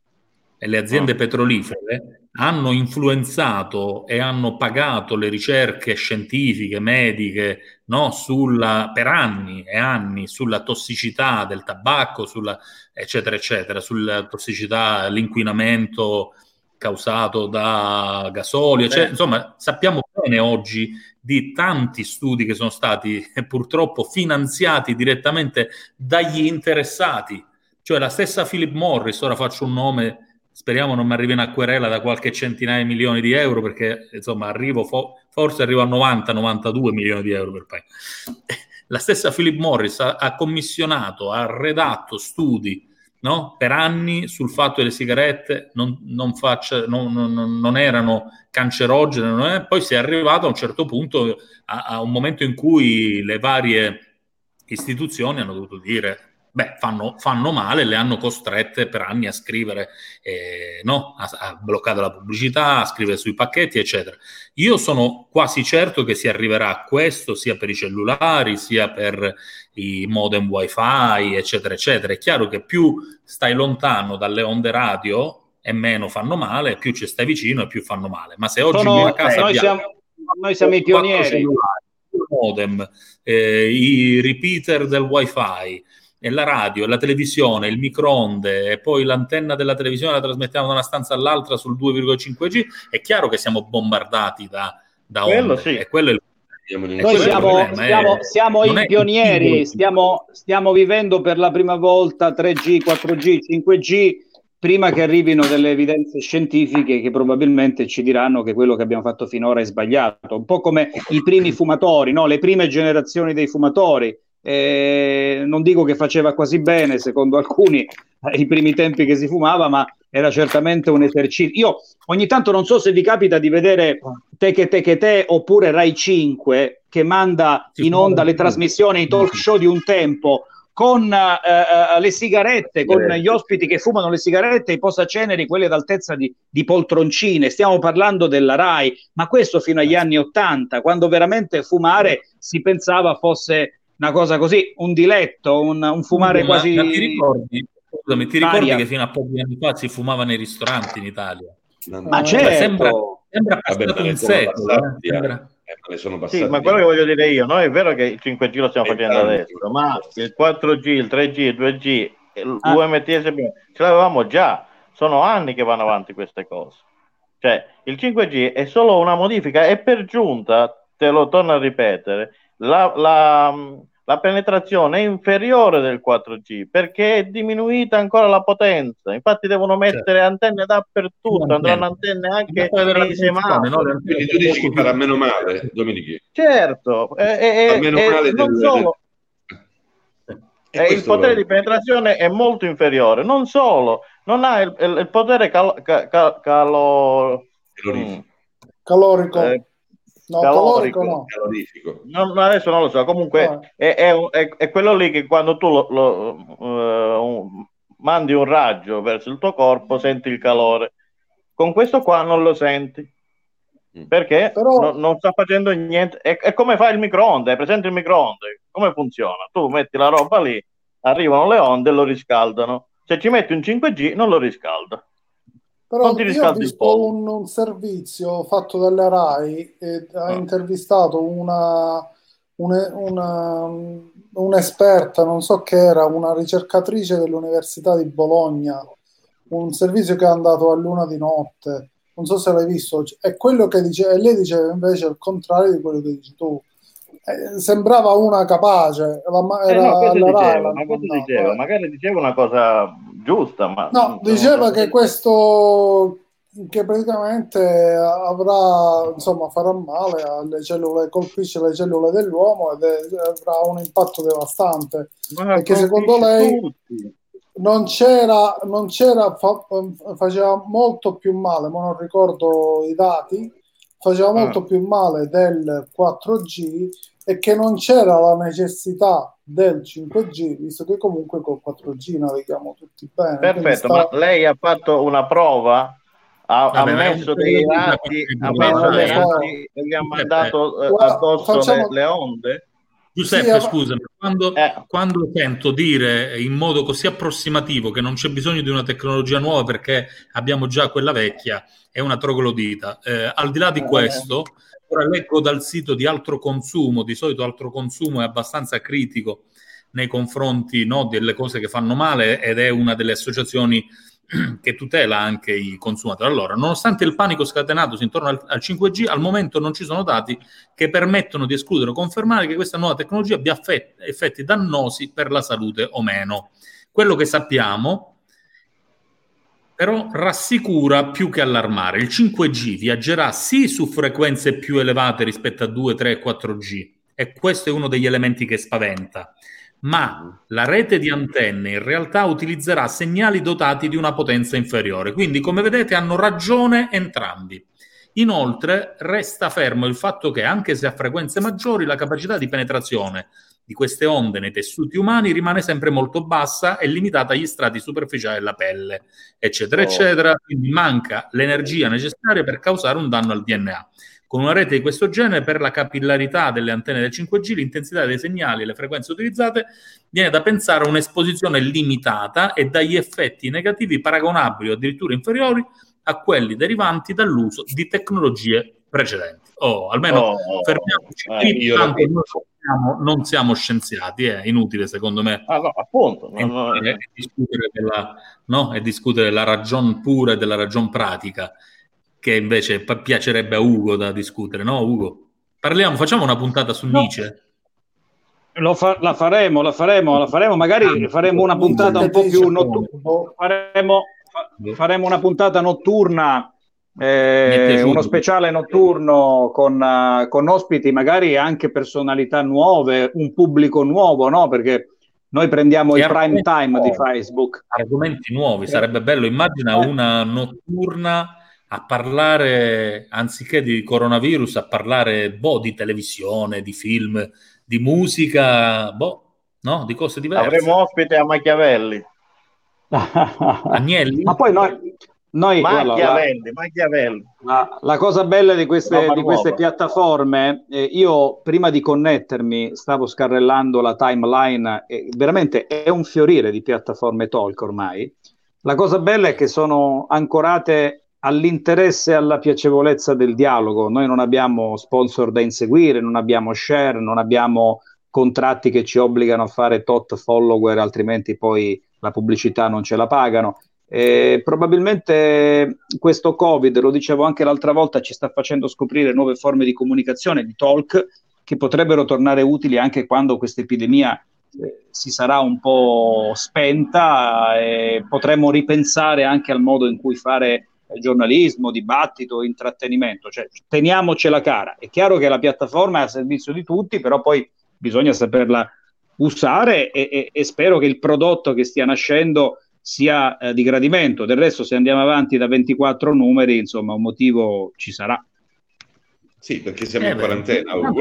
e le aziende oh. petrolifere hanno influenzato e hanno pagato le ricerche scientifiche, mediche, no, sulla, per anni e anni sulla tossicità del tabacco, sulla, eccetera, eccetera, sulla tossicità, l'inquinamento causato da gasolio, cioè, insomma, sappiamo bene oggi di tanti studi che sono stati eh, purtroppo finanziati direttamente dagli interessati, cioè la stessa Philip Morris, ora faccio un nome, speriamo non mi arrivi una querela da qualche centinaia di milioni di euro, perché insomma arrivo fo- forse arrivo a novanta novantadue milioni di euro per paese. La stessa Philip Morris ha, ha commissionato, ha redatto studi, no? Per anni sul fatto che le sigarette non, non, faccia, non, non, non erano cancerogene, non è? Poi si è arrivato a un certo punto a, a un momento in cui le varie istituzioni hanno dovuto dire beh, fanno, fanno male, le hanno costrette per anni a scrivere, eh, no? a, a bloccare la pubblicità, a scrivere sui pacchetti, eccetera. Io sono quasi certo che si arriverà a questo sia per i cellulari, sia per i modem wifi, eccetera, eccetera. È chiaro che più stai lontano dalle onde radio e meno fanno male, più ci stai vicino e più fanno male. Ma se oggi Sono, in una casa eh, noi, siamo, noi siamo i pionieri. Il modem, eh, i repeater del wifi, e la radio, e la televisione, il microonde, e poi l'antenna della televisione la trasmettiamo da una stanza all'altra sul due virgola cinque G, è chiaro che siamo bombardati da, da quello onde. Sì. E quello è il Noi siamo, stiamo, siamo i pionieri, stiamo, stiamo vivendo per la prima volta tre G, quattro G, cinque G, prima che arrivino delle evidenze scientifiche che probabilmente ci diranno che quello che abbiamo fatto finora è sbagliato. Un po' come i primi fumatori, no? Le prime generazioni dei fumatori. Eh, non dico che faceva quasi bene, secondo alcuni, ai primi tempi che si fumava, ma era certamente un esercizio. Io ogni tanto non so se vi capita di vedere Teche Teche Te oppure Rai cinque che manda in onda le trasmissioni, i talk show di un tempo con eh, le sigarette, con gli ospiti che fumano le sigarette, i posaceneri, quelle d'altezza di, di poltroncine. Stiamo parlando della Rai, ma questo fino agli anni Ottanta, quando veramente fumare si pensava fosse una cosa così, un diletto, un, un fumare ma, quasi... Ma ti ricordi, scusami, ti ricordi che fino a pochi anni fa si fumava nei ristoranti in Italia? No, ma certo! Sembra, sembra passato Vabbè, un secolo. Passati, eh? Sembra... eh, ma, sono passati sì, ma quello che voglio dire io, noi è vero che il cinque G lo stiamo facendo adesso, ma il quattro G, il tre G, il due G, l'U M T S B ce l'avevamo già, sono anni che vanno avanti queste cose. Cioè, il cinque G è solo una modifica e per giunta, te lo torno a ripetere, la... la La penetrazione è inferiore del quattro G perché è diminuita ancora la potenza. Infatti devono mettere certo. antenne dappertutto, sì, andranno antenne anche nei semafori. No? Quindi tu dici che farà meno male, Domenichi? Certo, e, e, meno e male non del, solo. del... E il potere di penetrazione è molto inferiore. Non solo, non ha il, il, il potere cal, cal, cal, calo, calorifico. calorico. Eh, No, calorico, no. calorifico. Non, adesso non lo so, comunque no. è, è, è, è quello lì che quando tu lo, lo, uh, mandi un raggio verso il tuo corpo senti il calore. Con questo qua non lo senti perché Però... no, non sta facendo niente. È, è come fa il microonde, è presente il microonde, come funziona? Tu metti la roba lì, arrivano le onde e lo riscaldano. Se ci metti un cinque G non lo riscalda. Però io ho visto un, un servizio fatto dalla Rai e ha ah. intervistato una, una, una un'esperta, non so che era, una ricercatrice dell'Università di Bologna, un servizio che è andato a luna di notte, non so se l'hai visto, è quello che dice, e lei diceva invece il contrario di quello che dici tu. Eh, sembrava una capace, la, era eh no, cosa alla Rai, diceva, ma cosa diceva? Magari diceva una cosa giusta, ma no, diceva so che questo che praticamente avrà, insomma, farà male alle cellule, colpisce le cellule dell'uomo ed è, avrà un impatto devastante, ma perché secondo lei tutti. non c'era, non c'era fa, faceva molto più male, ma non ricordo i dati, faceva molto ah. più male del quattro G e che non c'era la necessità del cinque G, visto che comunque col quattro G navighiamo tutti bene. Perfetto, sta... ma lei ha fatto una prova? Ha, Vabbè, ha messo dei dati, ha messo dei dati e gli ha mandato eh, addosso facciamo... le, le onde? Giuseppe, sì, scusami, quando, eh. quando sento dire in modo così approssimativo che non c'è bisogno di una tecnologia nuova perché abbiamo già quella vecchia, è una troglodita. Eh, al di là di questo, ora leggo dal sito di Altro Consumo, di solito Altro Consumo è abbastanza critico nei confronti, no, delle cose che fanno male ed è una delle associazioni che tutela anche i consumatori. Allora, nonostante il panico scatenatosi intorno al, al cinque G, al momento non ci sono dati che permettono di escludere o confermare che questa nuova tecnologia abbia effetti, effetti dannosi per la salute o meno. Quello che sappiamo, però, rassicura più che allarmare. Il cinque G viaggerà sì su frequenze più elevate rispetto a due, tre e quattro G, e questo è uno degli elementi che spaventa. Ma la rete di antenne in realtà utilizzerà segnali dotati di una potenza inferiore, quindi come vedete hanno ragione entrambi. Inoltre resta fermo il fatto che anche se a frequenze maggiori la capacità di penetrazione di queste onde nei tessuti umani rimane sempre molto bassa e limitata agli strati superficiali della pelle, eccetera, oh. eccetera, quindi manca l'energia necessaria per causare un danno al D N A. Con una rete di questo genere, per la capillarità delle antenne del cinque G, l'intensità dei segnali e le frequenze utilizzate, viene da pensare a un'esposizione limitata e dagli effetti negativi paragonabili o addirittura inferiori a quelli derivanti dall'uso di tecnologie precedenti. Oh, almeno oh, fermiamoci qui, eh, tanto noi siamo, non siamo scienziati, è inutile secondo me ah, no, appunto, no, no, e discutere della, no, e discutere della ragion pura e della ragion pratica, che invece piacerebbe a Ugo da discutere, no Ugo? Parliamo, facciamo una puntata su no. Nietzsche. Lo fa- la faremo, la faremo, la faremo, magari faremo una puntata un po' più notturna, faremo, fa- faremo una puntata notturna, eh, uno speciale notturno con, uh, con ospiti, magari anche personalità nuove, un pubblico nuovo, no? Perché noi prendiamo e il prime time nuovi, di Facebook. Argomenti nuovi, sarebbe bello, immagina una notturna a parlare, anziché di coronavirus, a parlare boh, di televisione, di film, di musica, boh, no? Di cose diverse. Avremo ospite a Machiavelli. Agnelli? Ma poi noi... noi Machiavelli, la, Machiavelli. La, la cosa bella di queste, di queste piattaforme, eh, io prima di connettermi stavo scarrellando la timeline, e veramente è un fiorire di piattaforme talk ormai. La cosa bella è che sono ancorate all'interesse e alla piacevolezza del dialogo. Noi non abbiamo sponsor da inseguire, non abbiamo share, non abbiamo contratti che ci obbligano a fare tot follower, altrimenti poi la pubblicità non ce la pagano. Eh, probabilmente questo Covid, lo dicevo anche l'altra volta, ci sta facendo scoprire nuove forme di comunicazione, di talk, che potrebbero tornare utili anche quando questa epidemia eh, si sarà un po' spenta, e potremmo ripensare anche al modo in cui fare giornalismo, dibattito, intrattenimento, cioè teniamocela cara. È chiaro che la piattaforma è a servizio di tutti, però poi bisogna saperla usare e, e, e spero che il prodotto che stia nascendo sia eh, di gradimento. Del resto, se andiamo avanti da ventiquattro numeri, insomma, un motivo ci sarà. Sì, perché siamo eh in beh. quarantena. No.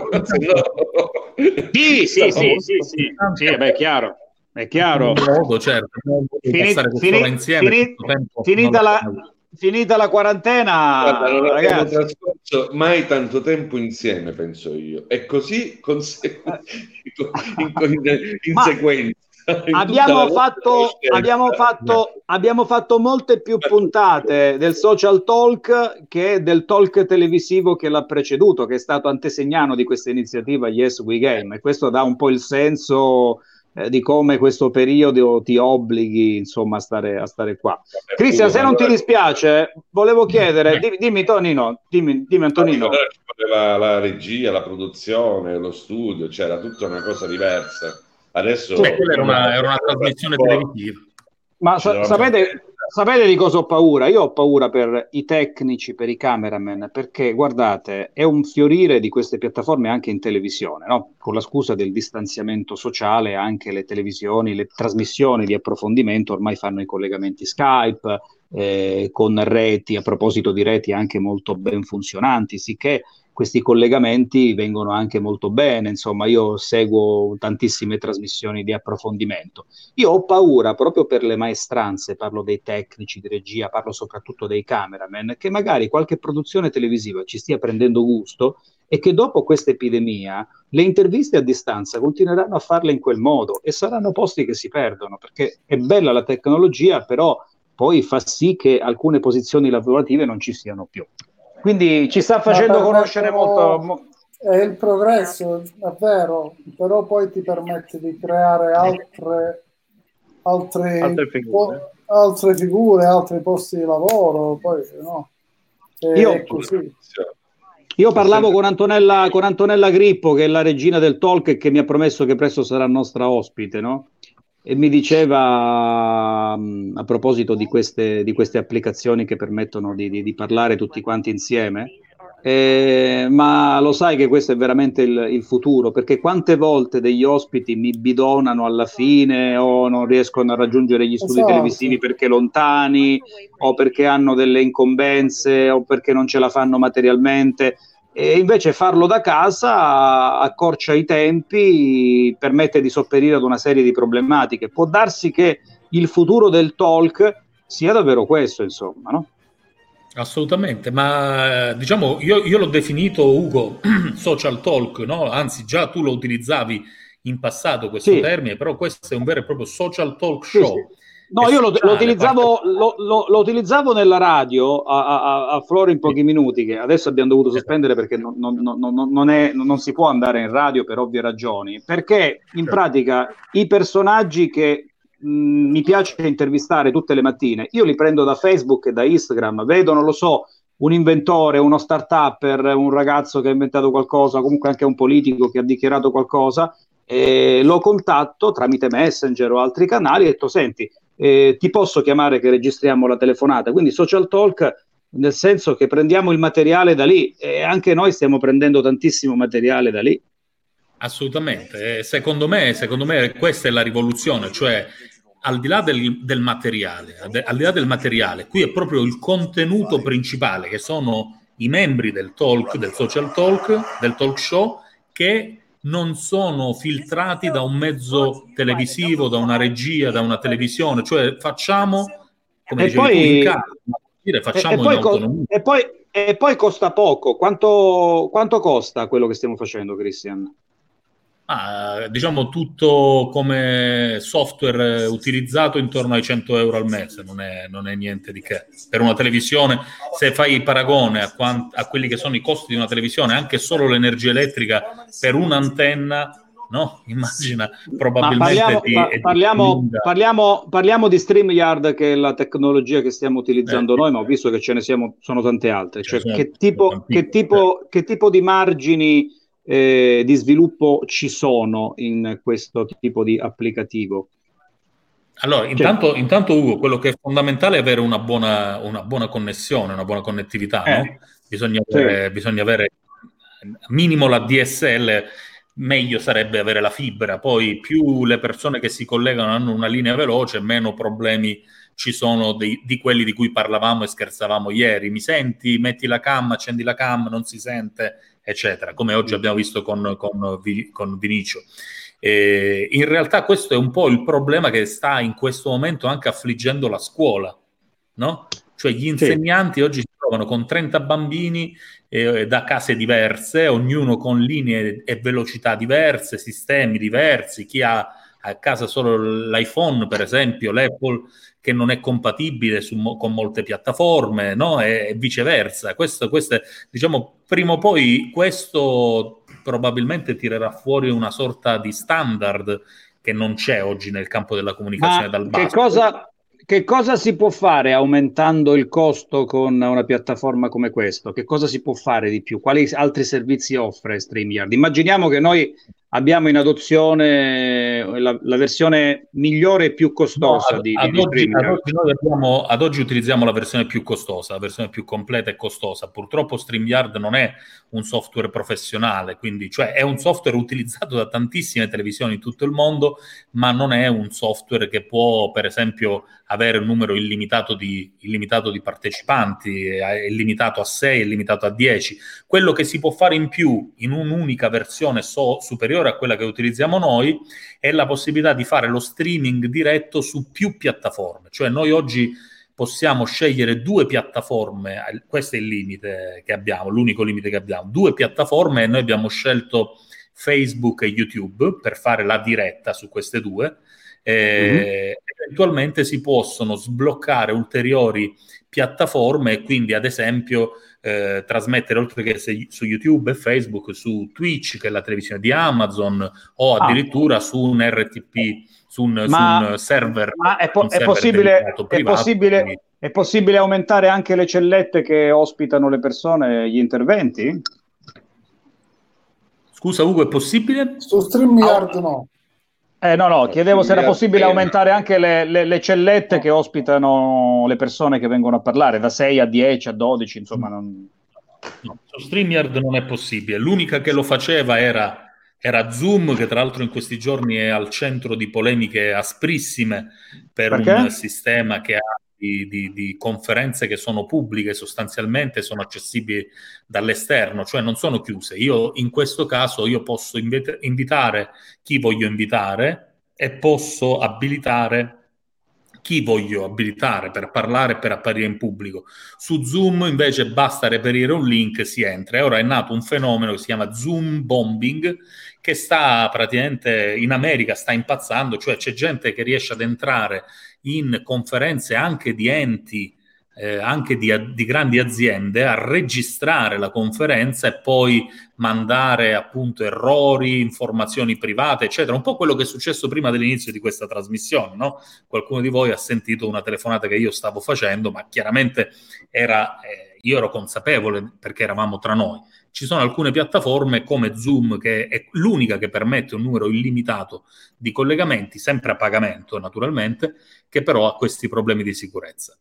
Sì, sì, sì, sì, sì, sì, beh, è chiaro. È chiaro. Modo, certo. Finita, finita, insieme, finita, finita la... Finita la quarantena, guarda, non abbiamo ragazzi, trascorso mai tanto tempo insieme, penso io, e così conse- in, in, in ma, sequenza. abbiamo fatto, abbiamo, fatto, abbiamo fatto molte più puntate del Social Talk che del talk televisivo che l'ha preceduto, che è stato antesegnano di questa iniziativa Yes We Game, e questo dà un po' il senso eh, di come questo periodo ti obblighi insomma a stare, a stare qua. Cristian, se non ti dispiace, volevo chiedere, dimmi, dimmi Tonino, dimmi, dimmi Antonino. La, la regia, la produzione, lo studio, c'era tutta una cosa diversa. Adesso sì, era una, era una trasmissione televisiva. Ma sa- sapete, sapete di cosa ho paura? Io ho paura per i tecnici, per i cameraman, perché guardate, è un fiorire di queste piattaforme anche in televisione, no? Con la scusa del distanziamento sociale, anche le televisioni, le trasmissioni di approfondimento ormai fanno i collegamenti Skype, eh, con reti, a proposito di reti anche molto ben funzionanti, sicché questi collegamenti vengono anche molto bene. Insomma, io seguo tantissime trasmissioni di approfondimento. Io ho paura proprio per le maestranze, parlo dei tecnici di regia, parlo soprattutto dei cameraman, che magari qualche produzione televisiva ci stia prendendo gusto e che dopo questa epidemia le interviste a distanza continueranno a farle in quel modo e saranno posti che si perdono, perché è bella la tecnologia, però poi fa sì che alcune posizioni lavorative non ci siano più. Quindi ci sta facendo conoscere molto. È il progresso, è vero, però poi ti permette di creare altre, altre, altre, figure. po- altre figure, altri posti di lavoro. Poi, no. Io, è così. Io parlavo con Antonella, con Antonella Grippo, che è la regina del talk e che mi ha promesso che presto sarà nostra ospite, no? E mi diceva, a proposito di queste, di queste applicazioni che permettono di, di, di parlare tutti quanti insieme, eh, ma lo sai che questo è veramente il, il futuro, perché quante volte degli ospiti mi bidonano alla fine o non riescono a raggiungere gli studi esatto. televisivi perché lontani o perché hanno delle incombenze o perché non ce la fanno materialmente. E invece farlo da casa accorcia i tempi, permette di sopperire ad una serie di problematiche. Può darsi che il futuro del talk sia davvero questo, insomma, no? Assolutamente, ma diciamo io, io l'ho definito, Ugo, social talk, no? Anzi già tu lo utilizzavi in passato questo sì. termine, però questo è un vero e proprio social talk show. Sì, sì. No, io lo, lo, utilizzavo, parte... lo, lo, lo utilizzavo nella radio a, a, a Floro in pochi minuti, che adesso abbiamo dovuto sospendere perché non, non, non, non, è, non si può andare in radio per ovvie ragioni, perché in pratica i personaggi che mh, mi piace intervistare tutte le mattine, io li prendo da Facebook e da Instagram, vedo, non lo so, un inventore, uno start-upper, un ragazzo che ha inventato qualcosa, comunque anche un politico che ha dichiarato qualcosa, e lo contatto tramite Messenger o altri canali e detto, senti, Eh, ti posso chiamare che registriamo la telefonata? Quindi social talk nel senso che prendiamo il materiale da lì e anche noi stiamo prendendo tantissimo materiale da lì. Assolutamente, eh, secondo me, secondo me questa è la rivoluzione, cioè al di là del, del materiale, al di là del materiale, qui è proprio il contenuto principale, che sono i membri del talk, del social talk, del talk show, che non sono filtrati da un mezzo televisivo, da una regia, da una televisione, cioè facciamo, come e dicevi poi, tu, in casa, facciamo e, e, poi in autonomia. Co- e, poi, e poi costa poco. Quanto, quanto costa quello che stiamo facendo, Cristian? Ah, diciamo tutto come software utilizzato intorno ai cento euro al mese, non è, non è niente di che. Per una televisione, se fai il paragone a, quant- a quelli che sono i costi di una televisione, anche solo l'energia elettrica per un'antenna, no? Immagina, probabilmente parliamo, ti, pa- parliamo, parliamo, parliamo di StreamYard, che è la tecnologia che stiamo utilizzando eh, noi, ma ho visto che ce ne siamo, sono tante altre. Cioè, sono, che, tipo, che, tipo, che tipo di margini Eh, di sviluppo ci sono in questo tipo di applicativo? Allora, intanto, cioè, intanto Ugo, quello che è fondamentale è avere una buona, una buona connessione, una buona connettività, eh, no? Bisogna avere, sì. bisogna avere minimo la D S L, meglio sarebbe avere la fibra, poi più le persone che si collegano hanno una linea veloce, meno problemi ci sono di, di quelli di cui parlavamo e scherzavamo ieri. Mi senti? Metti la cam, accendi la cam, non si sente, eccetera, come oggi abbiamo visto con, con, con Vinicio. Eh, in realtà questo è un po' il problema che sta in questo momento anche affliggendo la scuola, no? Cioè gli insegnanti sì. oggi si trovano con trenta bambini eh, da case diverse, ognuno con linee e velocità diverse, sistemi diversi, chi ha a casa solo l'iPhone, per esempio, l'Apple che non è compatibile su, con molte piattaforme, no? E, e viceversa. Questo, questo è, diciamo, prima o poi questo probabilmente tirerà fuori una sorta di standard che non c'è oggi nel campo della comunicazione Ma dal basso. Che cosa, che cosa si può fare aumentando il costo con una piattaforma come questo? Che cosa si può fare di più? Quali altri servizi offre StreamYard? Immaginiamo che noi abbiamo in adozione la, la versione migliore e più costosa no, di, ad, di, oggi, di ad, oggi noi abbiamo, ad oggi utilizziamo la versione più costosa, la versione più completa e costosa. Purtroppo StreamYard non è un software professionale, quindi cioè è un software utilizzato da tantissime televisioni in tutto il mondo, ma non è un software che può, per esempio, avere un numero illimitato di, illimitato di partecipanti, è limitato a sei, è limitato a dieci. Quello che si può fare in più in un'unica versione so, superiore a quella che utilizziamo noi è la possibilità di fare lo streaming diretto su più piattaforme. Cioè noi oggi possiamo scegliere due piattaforme, questo è il limite che abbiamo, l'unico limite che abbiamo, due piattaforme, e noi abbiamo scelto Facebook e YouTube per fare la diretta su queste due. Eh, mm-hmm. Eventualmente si possono sbloccare ulteriori piattaforme e quindi ad esempio eh, trasmettere oltre che se, su YouTube e Facebook su Twitch, che è la televisione di Amazon, o addirittura ah. su un R T P, su un, ma, su un server, ma è, po- un è, server possibile, privato, è, possibile, quindi... è possibile aumentare anche le cellette che ospitano le persone, gli interventi? Scusa Ugo, è possibile? Su StreamYard oh. no. Eh, no, no, chiedevo se era possibile aumentare anche le, le, le cellette no. che ospitano le persone che vengono a parlare, da sei a dieci a dodici, insomma. Non... No, su StreamYard non è possibile. L'unica che lo faceva era, era Zoom, che tra l'altro in questi giorni è al centro di polemiche asprissime per Perché? un sistema che ha di, di, di conferenze che sono pubbliche, sostanzialmente sono accessibili dall'esterno, cioè non sono chiuse. Io in questo caso io posso invit- invitare chi voglio invitare e posso abilitare chi voglio abilitare per parlare e per apparire in pubblico. Su Zoom invece basta reperire un link, si entra. E ora è nato un fenomeno che si chiama Zoom bombing, che sta praticamente in America, sta impazzando, cioè c'è gente che riesce ad entrare in conferenze anche di enti, eh, anche di, di grandi aziende, a registrare la conferenza e poi mandare appunto errori, informazioni private, eccetera. Un po' quello che è successo prima dell'inizio di questa trasmissione, no? Qualcuno di voi ha sentito una telefonata che io stavo facendo, ma chiaramente era, eh, io ero consapevole perché eravamo tra noi. Ci sono alcune piattaforme come Zoom, che è l'unica che permette un numero illimitato di collegamenti, sempre a pagamento naturalmente, che però ha questi problemi di sicurezza.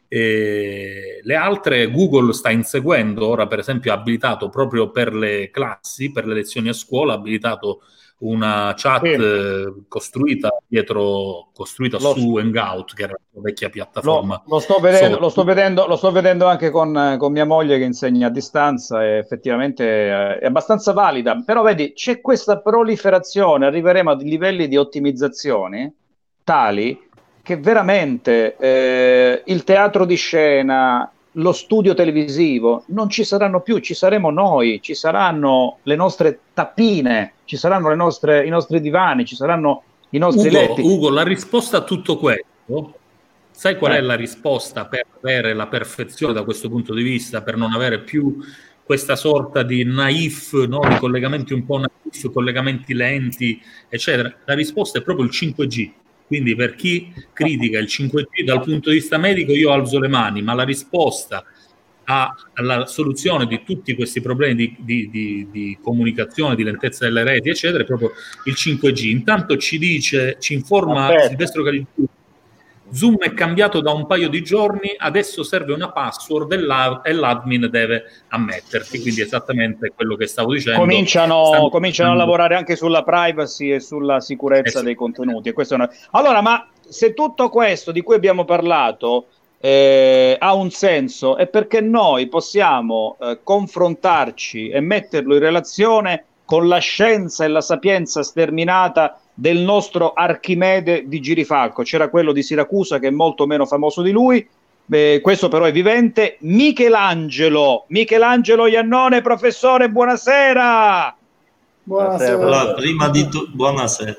E le altre, Google sta inseguendo, ora per esempio ha abilitato proprio per le classi, per le lezioni a scuola, ha abilitato una chat sì. eh, costruita dietro, costruita lo, su Hangout, che era la vecchia piattaforma. Lo, lo, sto, vedendo, lo, sto, vedendo, lo sto vedendo anche con, con mia moglie che insegna a distanza e effettivamente è abbastanza valida, però vedi c'è questa proliferazione, arriveremo a livelli di ottimizzazione tali che veramente eh, il teatro di scena, lo studio televisivo non ci saranno più, ci saremo noi, ci saranno le nostre tappine, ci saranno le nostre, i nostri divani, ci saranno i nostri Ugo, letti. Ugo, la risposta a tutto questo, sai qual eh. è la risposta per avere la perfezione da questo punto di vista, per non avere più questa sorta di naif, no? Di collegamenti un po' naif, collegamenti lenti, eccetera? La risposta è proprio il cinque G. Quindi per chi critica il cinque G dal punto di vista medico io alzo le mani, ma la risposta a, alla soluzione di tutti questi problemi di, di, di, di comunicazione, di lentezza delle reti, eccetera, è proprio il cinque G. Intanto ci dice, ci informa Aspetta. Silvestro Caligiuri, Zoom è cambiato da un paio di giorni, adesso serve una password e, la, e l'admin deve ammetterti, quindi esattamente quello che stavo dicendo. Cominciano, Stanno... cominciano a lavorare anche sulla privacy e sulla sicurezza eh sì. dei contenuti. E questo è una... Allora, ma se tutto questo di cui abbiamo parlato eh, ha un senso, è perché noi possiamo eh, confrontarci e metterlo in relazione con la scienza e la sapienza sterminata del nostro Archimede di Girifalco. C'era quello di Siracusa che è molto meno famoso di lui, eh, questo però è vivente. Michelangelo, Michelangelo Iannone, professore, buonasera. Buonasera. Allora, prima di tutto, buonasera.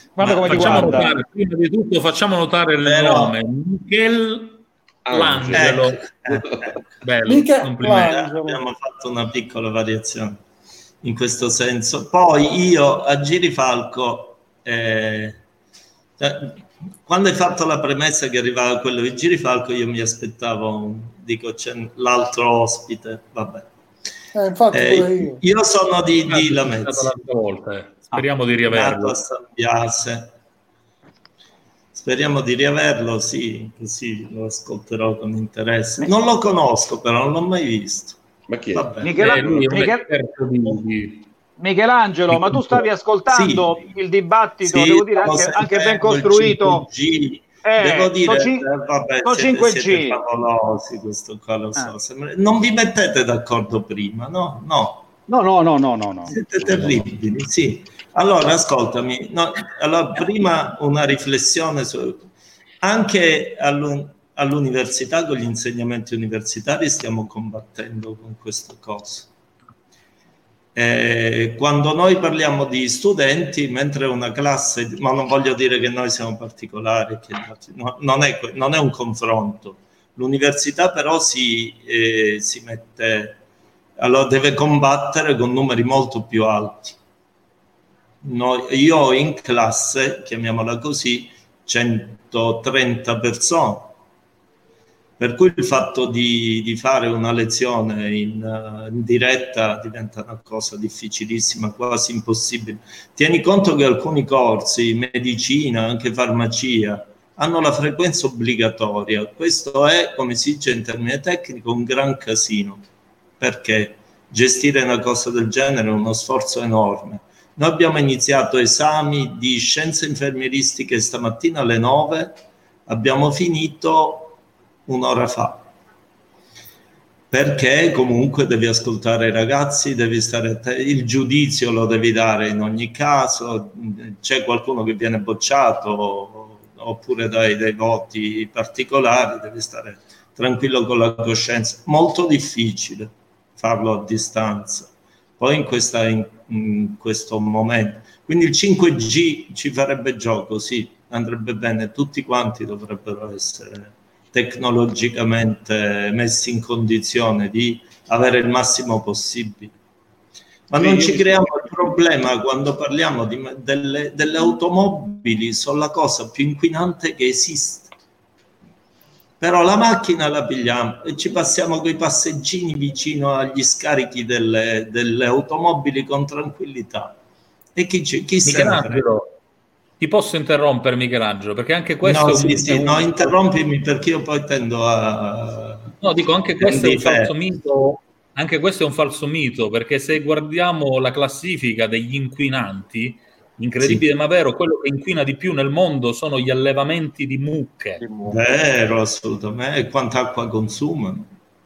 Guarda come ti facciamo guarda. notare, prima di tutto facciamo notare il Però- nome Michelangelo. Ecco. Bello, Mica- complimenti. Angelo. Abbiamo fatto una piccola variazione in questo senso. Poi io a Girifalco, eh, eh, quando hai fatto la premessa che arrivava quello di Girifalco, io mi aspettavo, dico, c'è l'altro ospite, vabbè. Eh, infatti Eh, pure io. io sono di, Ah, di è Lamezia. stata l'altra volta, eh. Speriamo Ah, di nato riaverlo. a San Biase. Speriamo di riaverlo, sì, così lo ascolterò con interesse. Non lo conosco, però non l'ho mai visto. Ma chi è? Vabbè. Michela- Eh, lui è un Michel- esperto di, di- Michelangelo, ma tu stavi ascoltando Sì. il dibattito, Sì, devo dire, stavo anche, anche ben sentendo il costruito. cinque G. Eh, Devo dire, so cin- eh, vabbè, so siete, cinque G. siete favolosi, questo qua lo so. Ah. Sembra- Non vi mettete d'accordo prima, no? No. No, no, no, no, no, no. Siete terribili, sì. Allora, ascoltami, no, allora, prima una riflessione su... Anche all'un- all'università, con gli insegnamenti universitari, stiamo combattendo con questa cosa. Eh, quando noi parliamo di studenti, mentre una classe, ma non voglio dire che noi siamo particolari, che no, non, è, non è un confronto. L'università però si, eh, si mette, allora deve combattere con numeri molto più alti. Noi, io ho in classe, chiamiamola così, centotrenta persone. Per cui il fatto di, di fare una lezione in, uh, in diretta diventa una cosa difficilissima, quasi impossibile. Tieni conto che alcuni corsi, medicina, anche farmacia, hanno la frequenza obbligatoria. Questo è, come si dice in termine tecnico, un gran casino, perché gestire una cosa del genere è uno sforzo enorme. Noi abbiamo iniziato esami di scienze infermieristiche stamattina alle nove, abbiamo finito un'ora fa, perché comunque devi ascoltare i ragazzi, devi stare a te, il giudizio lo devi dare in ogni caso, c'è qualcuno che viene bocciato oppure dai dei voti particolari, devi stare tranquillo con la coscienza. Molto difficile farlo a distanza, poi in, questa, in, in questo momento. Quindi il cinque G ci farebbe gioco, sì, andrebbe bene, tutti quanti dovrebbero essere tecnologicamente messi in condizione di avere il massimo possibile. Ma Sì, non io ci mi- creiamo il problema quando parliamo di, delle, delle automobili, sono la cosa più inquinante che esiste. Però la macchina la pigliamo e ci passiamo coi passeggini vicino agli scarichi delle, delle automobili con tranquillità. E chi, ci- chi se ne frega? Michelangelo, ti posso interrompere, Michelangelo, perché anche questo No, è un, sì, è sì, un- no, interrompimi perché io poi tendo a... no, dico, anche questo è un difetto. falso mito, anche questo è un falso mito, perché se guardiamo la classifica degli inquinanti, incredibile Sì. ma vero, quello che inquina di più nel mondo sono gli allevamenti di mucche, Vero, assolutamente. E quanta acqua consumano?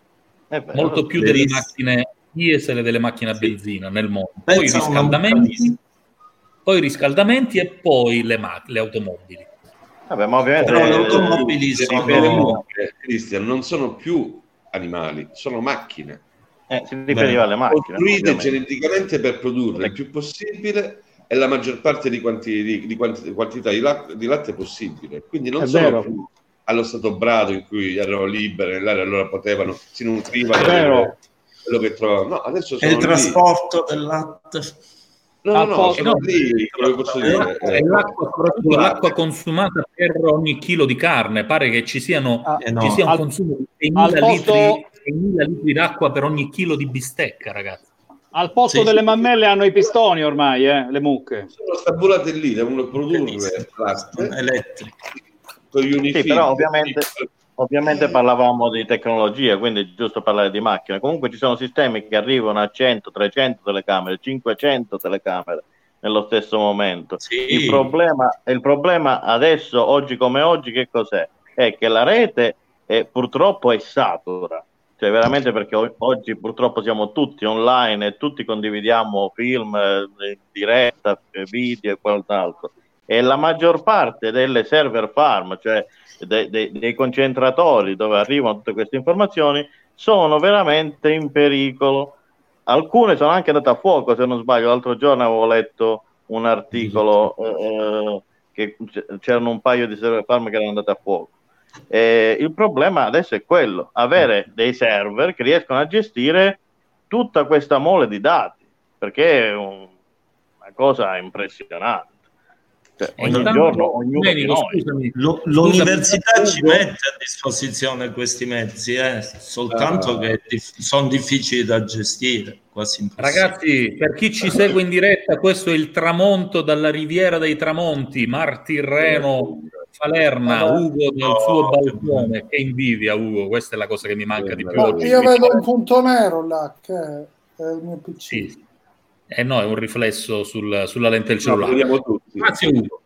È vero, molto più delle verissimo. macchine diesel e delle macchine a Sì. benzina nel mondo. Poi Pensa a una riscaldamenti, mucca. poi riscaldamenti e poi le, ma- le automobili. Vabbè, ma ovviamente Però le eh, automobili si sono- Le riferiva- mucche, Cristian, non sono più animali, sono macchine eh, si riferiva alle macchine. costruite ovviamente. geneticamente per produrre il più possibile e la maggior parte di, quanti, di, di quanti- quantità di latte, di latte possibile. Quindi non È sono vero. più allo stato brado in cui erano libere nell'aria, allora potevano, si nutrivano È vero. di quello che trovavano. No, adesso E sono il lì. trasporto del latte? No, no, Al no, posto- sono no, lì, come posso E dire, l'acqua, eh, e l'acqua, soprattutto l'acqua consumata per ogni chilo di carne, pare che ci siano Ah, Eh no. ci sia un al- consumo di al seimila posto- litri, seimila litri d'acqua per ogni chilo di bistecca, ragazzi. Al posto Sì. delle mammelle hanno i pistoni ormai, eh, le mucche. sono stabulate lì, devono produrre Sono latte elettriche. con gli unifiltri. Sì, però ovviamente, ovviamente parlavamo di tecnologia, quindi è giusto parlare di macchine. Comunque ci sono sistemi che arrivano a cento, trecento telecamere, cinquecento telecamere nello stesso momento. Sì. Il problema, il problema adesso, oggi come oggi, che cos'è? È che la rete è, purtroppo è satura. Cioè veramente, perché o- oggi purtroppo siamo tutti online e tutti condividiamo film, eh, in diretta, eh, video e quant'altro. E la maggior parte delle server farm, cioè de- de- dei concentratori dove arrivano tutte queste informazioni, sono veramente in pericolo. Alcune sono anche andate a fuoco, se non sbaglio. L'altro giorno avevo letto un articolo eh, che c'erano un paio di server farm che erano andate a fuoco. Eh, il problema adesso è quello, avere dei server che riescono a gestire tutta questa mole di dati, perché è un, una cosa impressionante. Cioè, ogni intanto, giorno ognuno Domenico, di noi. scusami, L- l'università ci mette a disposizione questi mezzi, eh, soltanto Ah. che dif- sono difficili da gestire, quasi impossibili. Ragazzi, per chi ci segue in diretta, questo è il tramonto dalla Riviera dei Tramonti, Mar Tirreno, Falerna, Ugo dal suo balcone. Che invidia, Ugo, questa è la cosa che mi manca di più Ma oggi. io vedo un punto nero là, che è il mio P C. Sì. Eh no, è un riflesso sul- sulla lente del No, cellulare. vediamo tutti. Grazie Ugo.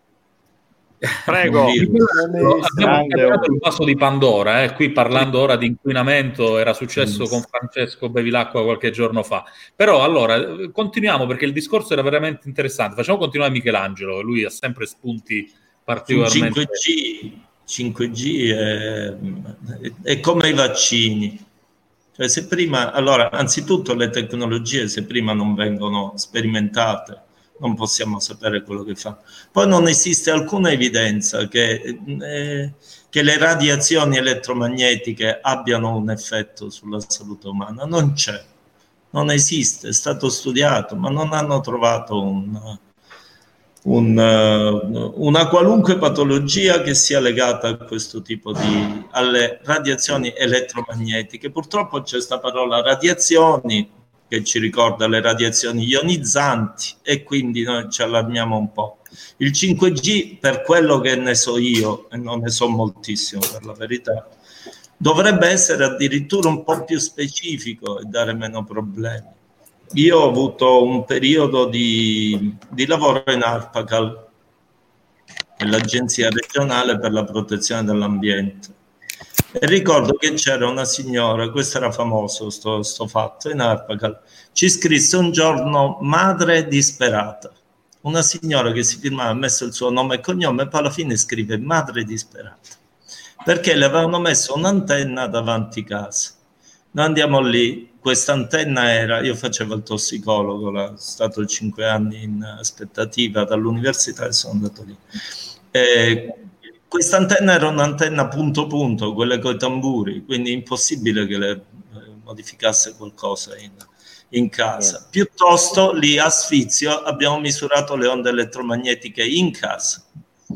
Prego. Abbiamo Grande aperto Ugo. il vaso di Pandora, eh. Qui parlando ora di inquinamento, era successo con Francesco Bevilacqua qualche giorno fa. Però allora, eh, continuiamo perché il discorso era veramente interessante. Facciamo continuare Michelangelo, lui ha sempre spunti Sul particolarmente... cinque G, cinque G è, è come i vaccini. Cioè, se prima, allora, anzitutto le tecnologie, se prima non vengono sperimentate, non possiamo sapere quello che fa. Poi non esiste alcuna evidenza che, eh, che le radiazioni elettromagnetiche abbiano un effetto sulla salute umana. Non c'è, non esiste, è stato studiato, ma non hanno trovato un, un, uh, una qualunque patologia che sia legata a questo tipo di, alle radiazioni elettromagnetiche. Purtroppo c'è questa parola radiazioni che ci ricorda le radiazioni ionizzanti e quindi noi ci allarmiamo un po'. Il cinque G, per quello che ne so io, e non ne so moltissimo per la verità, dovrebbe essere addirittura un po' più specifico e dare meno problemi. Io ho avuto un periodo di, di lavoro in ARPACAL, l'Agenzia regionale per la protezione dell'ambiente. E ricordo che c'era una signora, questo era famoso, sto, sto fatto in ARPACAL, ci scrisse un giorno madre disperata, una signora che si firmava, ha messo il suo nome e cognome e poi alla fine scrive madre disperata, perché le avevano messo un'antenna davanti casa. Noi andiamo lì, questa antenna era, io facevo il tossicologo, sono stato cinque anni in aspettativa dall'università e sono andato lì. E questa antenna era un'antenna punto punto, quelle coi tamburi, quindi impossibile che le eh, modificasse qualcosa in, in casa. Piuttosto lì a Sfizio abbiamo misurato le onde elettromagnetiche in casa,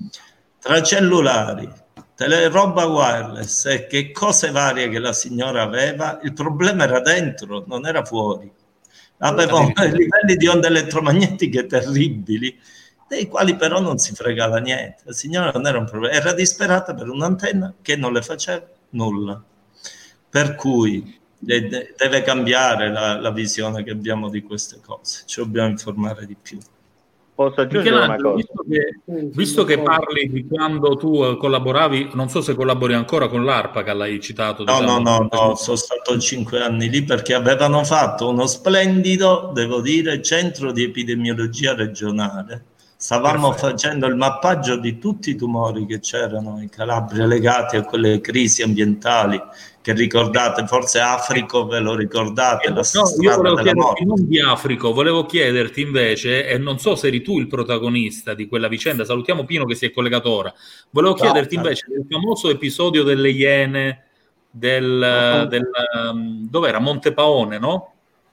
tra cellulari, tele, roba wireless e che cose varie che la signora aveva. Il problema era dentro, non era fuori. Avevano livelli di onde elettromagnetiche terribili, dei quali però non si fregava niente. La signora non era un problema, era disperata per un'antenna che non le faceva nulla. Per cui deve cambiare la, la visione che abbiamo di queste cose, ci dobbiamo informare di più. Posso aggiungere una cosa? Visto che, visto che parli di quando tu collaboravi, non so se collabori ancora con l'ARPACAL, l'hai citato. No, diciamo, no, no, no, sono stato cinque anni lì perché avevano fatto uno splendido, devo dire, centro di epidemiologia regionale. Stavamo Perfetto. facendo il mappaggio di tutti i tumori che c'erano in Calabria legati a quelle crisi ambientali che ricordate, forse Africo ve lo ricordate, eh, la no, strada io volevo della morte. Non di Africo, volevo chiederti invece, e non so se eri tu il protagonista di quella vicenda, salutiamo Pino che si è collegato ora, volevo no, chiederti no. invece del famoso episodio delle Iene del, del um, dov'era? Montepaone, no?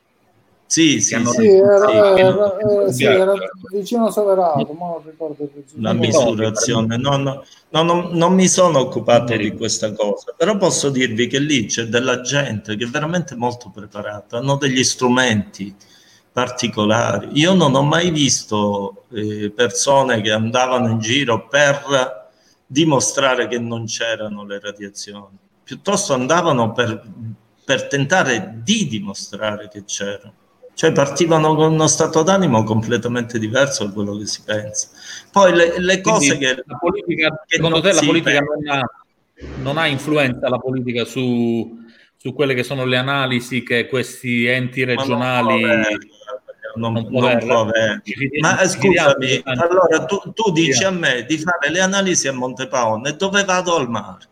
Sì, sì, sì, sì, era, sì, era, era, sì, era vicino a Soverato, ma non ricordo la misurazione. No, no, no, no, non mi sono occupato di questa cosa, però posso dirvi che lì c'è della gente che è veramente molto preparata, hanno degli strumenti particolari. Io non ho mai visto eh, persone che andavano in giro per dimostrare che non c'erano le radiazioni, piuttosto andavano per, per tentare di dimostrare che c'erano. Cioè partivano con uno stato d'animo completamente diverso da quello che si pensa. Poi le, le cose che... La politica, che secondo te la politica non ha, non ha influenza, la politica su, su quelle che sono le analisi che questi enti regionali... Non, non può averla. Non può averla. Ma eh, scusami, allora tu, tu dici a me di fare le analisi a Montepaone, dove vado al mare?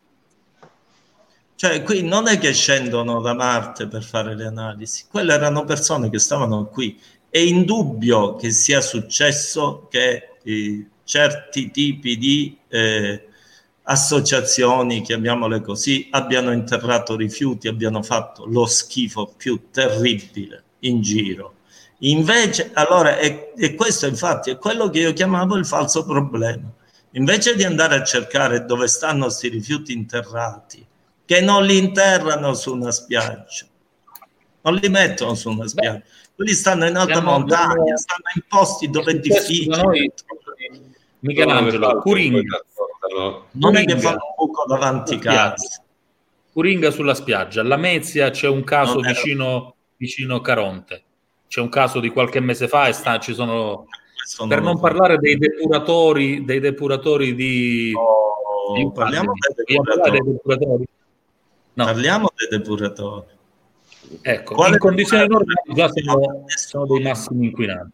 Cioè, qui non è che scendono da Marte per fare le analisi, quelle erano persone che stavano qui. È indubbio che sia successo che eh, certi tipi di eh, associazioni, chiamiamole così, abbiano interrato rifiuti, abbiano fatto lo schifo più terribile in giro. Invece, allora, e, e questo infatti è quello che io chiamavo il falso problema. Invece di andare a cercare dove stanno questi rifiuti interrati, che non li interrano su una spiaggia, non li mettono su una spiaggia, quelli stanno in alta Abbiamo- montagna, abbiamo- stanno in posti dove è successo da difficile. noi, Michelangelo, Sono le Curinga, falde, poi portano- Non è che Curinga. fanno un buco davanti Sulla spiaggia. casa. Curinga sulla spiaggia. La Mezia c'è un caso Non era- vicino, vicino Caronte. C'è un caso di qualche mese fa e sta, ci sono, Questo per lo non so. parlare dei depuratori, dei depuratori di... Oh, di- parliamo dei Vogliamo parlare dei depuratori. depuratori? No, Parliamo dei depuratori. ecco, Quale in condizioni normali depuratore? già sono, sono dei massimi inquinanti.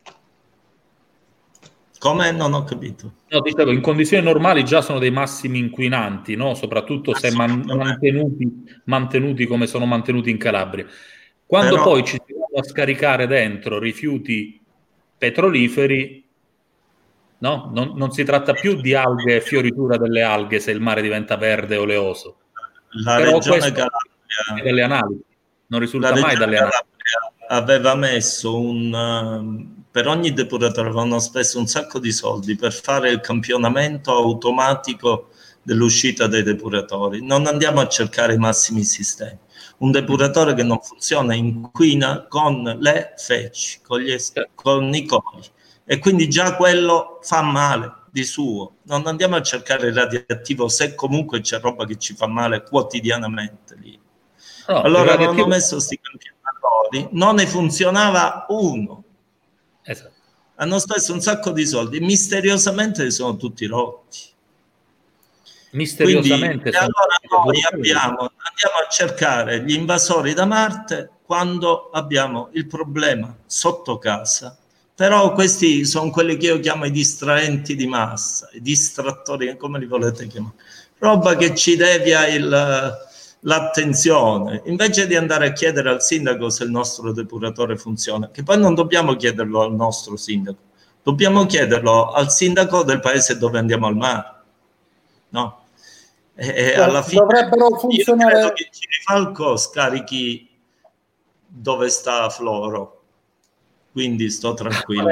Come? Non ho capito. No, dicevo, in condizioni normali già sono dei massimi inquinanti, no? Soprattutto se man- Assolutamente. mantenuti, mantenuti come sono mantenuti in Calabria. Quando Però- poi ci si vanno a scaricare dentro rifiuti petroliferi, no? Non, non si tratta più di alghe e fioritura delle alghe se il mare diventa verde o oleoso. La Però regione questo è Calabria, dalle analisi, non la risulta mai regione dalle analisi. Calabria aveva messo un um, per ogni depuratore avevano speso un sacco di soldi per fare il campionamento automatico dell'uscita dei depuratori. Non andiamo a cercare i massimi sistemi. Un depuratore che non funziona inquina con le feci, con, gli es- con i coli, e quindi già quello fa male di suo. Non andiamo a cercare il radioattivo se comunque c'è roba che ci fa male quotidianamente lì. No, il Allora radioattivo- hanno messo questi campionatori, non ne funzionava uno. Esatto. Hanno speso un sacco di soldi, misteriosamente sono tutti rotti. Quindi, Misteriosamente e sono- allora noi abbiamo, andiamo a cercare gli invasori da Marte quando abbiamo il problema sotto casa. Però questi sono quelli che io chiamo i distraenti di massa, i distrattori, come li volete chiamare. Roba che ci devia il, l'attenzione. Invece di andare a chiedere al sindaco se il nostro depuratore funziona, che poi non dobbiamo chiederlo al nostro sindaco, dobbiamo chiederlo al sindaco del paese dove andiamo al mare. No? E, e alla fine dovrebbero funzionare. io credo che Girifalco scarichi dove sta Floro, quindi sto tranquillo.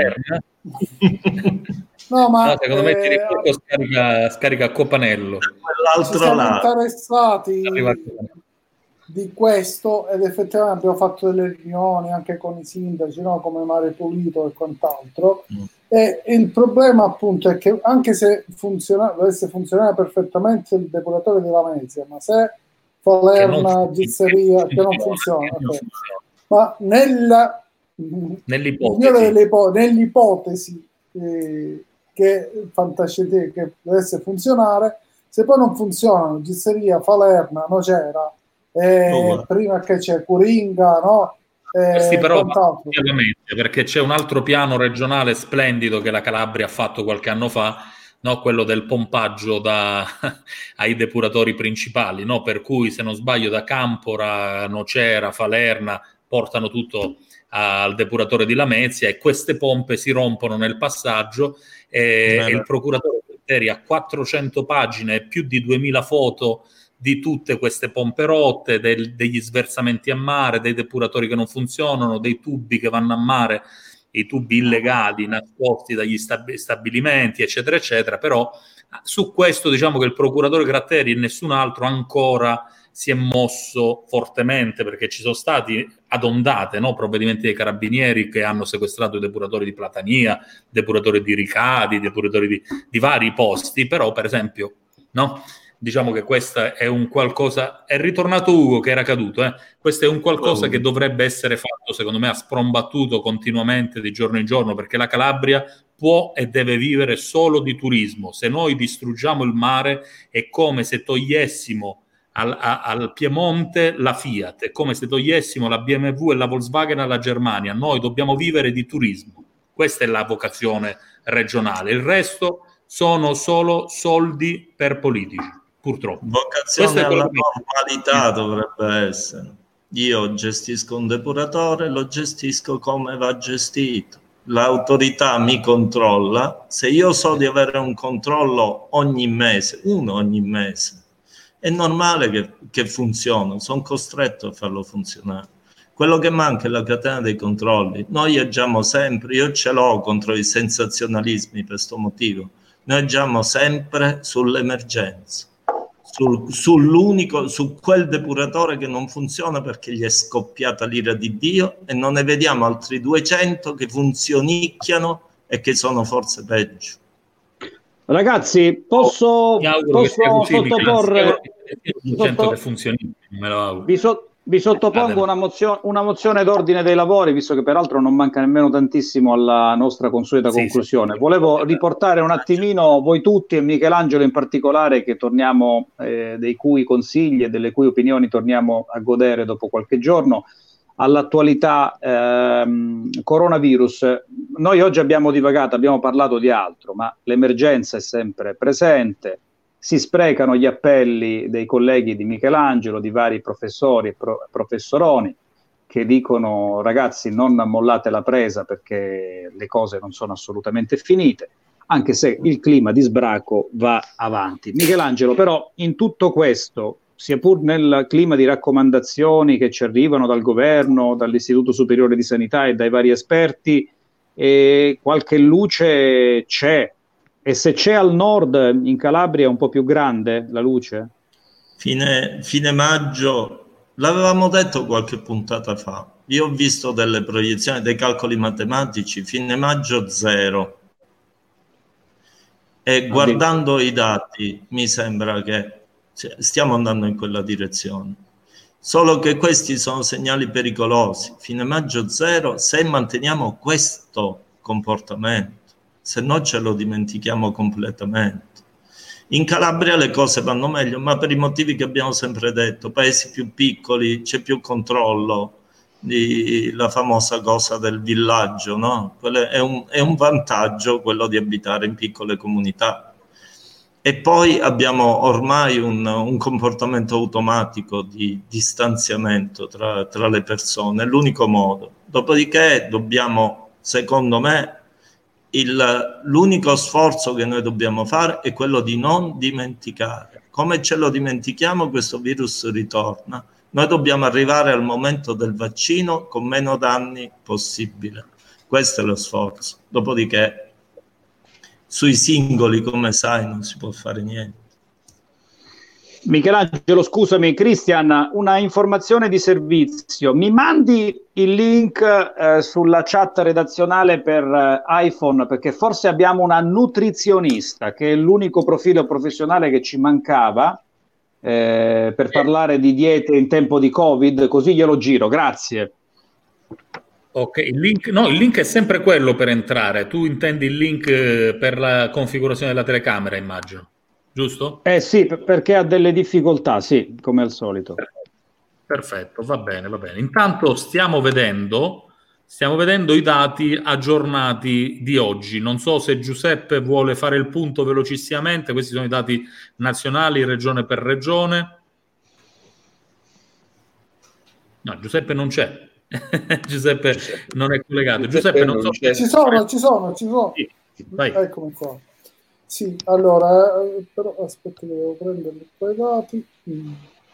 No, ma No, secondo me eh, Girifalco scarica, scarica a Copanello. ci Quell'altro siamo lato. interessati Arriva a Copanello. di questo ed effettivamente abbiamo fatto delle riunioni anche con i sindaci, no? Come Mare Pulito e quant'altro. Mm. E il problema appunto è che anche se funziona, dovesse funzionare perfettamente il depuratore della Mezia, ma se Falerna, Gizzeria, che non funziona, ok. Ma nella Nell'ipotesi. migliore delle ipo- nell'ipotesi eh, che fantascienza che dovesse funzionare, se poi non funzionano Gizzeria, Falerna, Nocera, eh, Oh, prima che c'è Curinga, no? Eh, Questi però quant'altro. ovviamente, perché c'è un altro piano regionale splendido che la Calabria ha fatto qualche anno fa, no? Quello del pompaggio da, ai depuratori principali, no? Per cui se non sbaglio da Campora, Nocera, Falerna portano tutto al depuratore di Lamezia e queste pompe si rompono nel passaggio e, e il procuratore Gratteri ha quattrocento pagine e più di duemila foto di tutte queste pompe rotte, del, degli sversamenti a mare, dei depuratori che non funzionano, dei tubi che vanno a mare, i tubi illegali nascosti dagli stab- stabilimenti, eccetera, eccetera. Però su questo diciamo che il procuratore Gratteri e nessun altro ancora si è mosso fortemente, perché ci sono stati ad ondate, no? Provvedimenti dei carabinieri che hanno sequestrato i depuratori di Platania, depuratori di Ricadi, depuratori di, di vari posti, però per esempio, no? Diciamo che questo è un qualcosa, è ritornato Ugo che era caduto, eh? Questo è un qualcosa che dovrebbe essere fatto, secondo me, a sprombattuto continuamente di giorno in giorno, perché la Calabria può e deve vivere solo di turismo. Se noi distruggiamo il mare è come se togliessimo al, a, al Piemonte la Fiat, è come se togliessimo la B M W e la Volkswagen alla Germania. Noi dobbiamo vivere di turismo, questa è la vocazione regionale, il resto sono solo soldi per politici. Purtroppo. Vocazione alla normalità dovrebbe essere. Io gestisco un depuratore, lo gestisco come va gestito. l'autorità mi controlla, se io so di avere un controllo ogni mese, uno ogni mese, è normale che, che funzioni, sono costretto a farlo funzionare. Quello che manca è la catena dei controlli. Noi agiamo sempre, io ce l'ho contro i sensazionalismi per questo motivo, noi agiamo sempre sull'emergenza, sul, sull'unico, su quel depuratore che non funziona perché gli è scoppiata l'ira di Dio, e non ne vediamo altri duecento che funzionicchiano e che sono forse peggio. Ragazzi, posso, posso sottoporre... Sotto... che funzioni, me lo auguro. Vi, so, vi sottopongo una, mozio, una mozione d'ordine dei lavori, visto che peraltro non manca nemmeno tantissimo alla nostra consueta sì, conclusione. Sì. Volevo riportare un attimino voi tutti e Michelangelo in particolare, che torniamo, eh, dei cui consigli e delle cui opinioni torniamo a godere dopo qualche giorno, all'attualità ehm, coronavirus. Noi oggi abbiamo divagato, abbiamo parlato di altro, ma l'emergenza è sempre presente. Si sprecano gli appelli dei colleghi di Michelangelo, di vari professori e pro- professoroni che dicono: ragazzi, non mollate la presa perché le cose non sono assolutamente finite, anche se il clima di sbraco va avanti. Michelangelo, però, in tutto questo, sia pur nel clima di raccomandazioni che ci arrivano dal governo, dall'Istituto Superiore di Sanità e dai vari esperti, eh, qualche luce c'è. E se c'è al nord, in Calabria, è un po' più grande la luce? Fine, fine maggio, l'avevamo detto qualche puntata fa, io ho visto delle proiezioni, dei calcoli matematici, fine maggio zero. E guardando i dati mi sembra che stiamo andando in quella direzione. Solo che questi sono segnali pericolosi. Fine maggio zero, se manteniamo questo comportamento. Se no ce lo dimentichiamo completamente. In Calabria le cose vanno meglio, ma per i motivi che abbiamo sempre detto, paesi più piccoli, c'è più controllo, di, la famosa cosa del villaggio, no? Quello è un, è un vantaggio quello di abitare in piccole comunità. E poi abbiamo ormai un, un comportamento automatico di distanziamento tra, tra le persone, è l'unico modo. Dopodiché dobbiamo, secondo me, Il, l'unico sforzo che noi dobbiamo fare è quello di non dimenticare. Come ce lo dimentichiamo, questo virus ritorna. Noi dobbiamo arrivare al momento del vaccino con meno danni possibile. Questo è lo sforzo. Dopodiché, sui singoli, come sai, non si può fare niente. Michelangelo, scusami, Cristian, una informazione di servizio. Mi mandi il link eh, sulla chat redazionale per eh, iPhone, perché forse abbiamo una nutrizionista, che è l'unico profilo professionale che ci mancava eh, per parlare di diete in tempo di Covid, così glielo giro, grazie. Ok, il link, no, il link è sempre quello per entrare. Tu intendi il link per la configurazione della telecamera, immagino. Giusto? Eh sì, perché ha delle difficoltà, sì, come al solito. Perfetto, va bene, va bene. Intanto stiamo vedendo, stiamo vedendo i dati aggiornati di oggi. Non so se Giuseppe vuole fare il punto velocissimamente. Questi sono i dati nazionali, regione per regione. No, Giuseppe non c'è. Giuseppe, Giuseppe non è collegato. Giuseppe, Giuseppe non so c'è. Ci sono, ci sono, ci sono. Sì, vai. Eccomi qua. Sì, allora, eh, però aspetta che devo prendere i dati. Mm.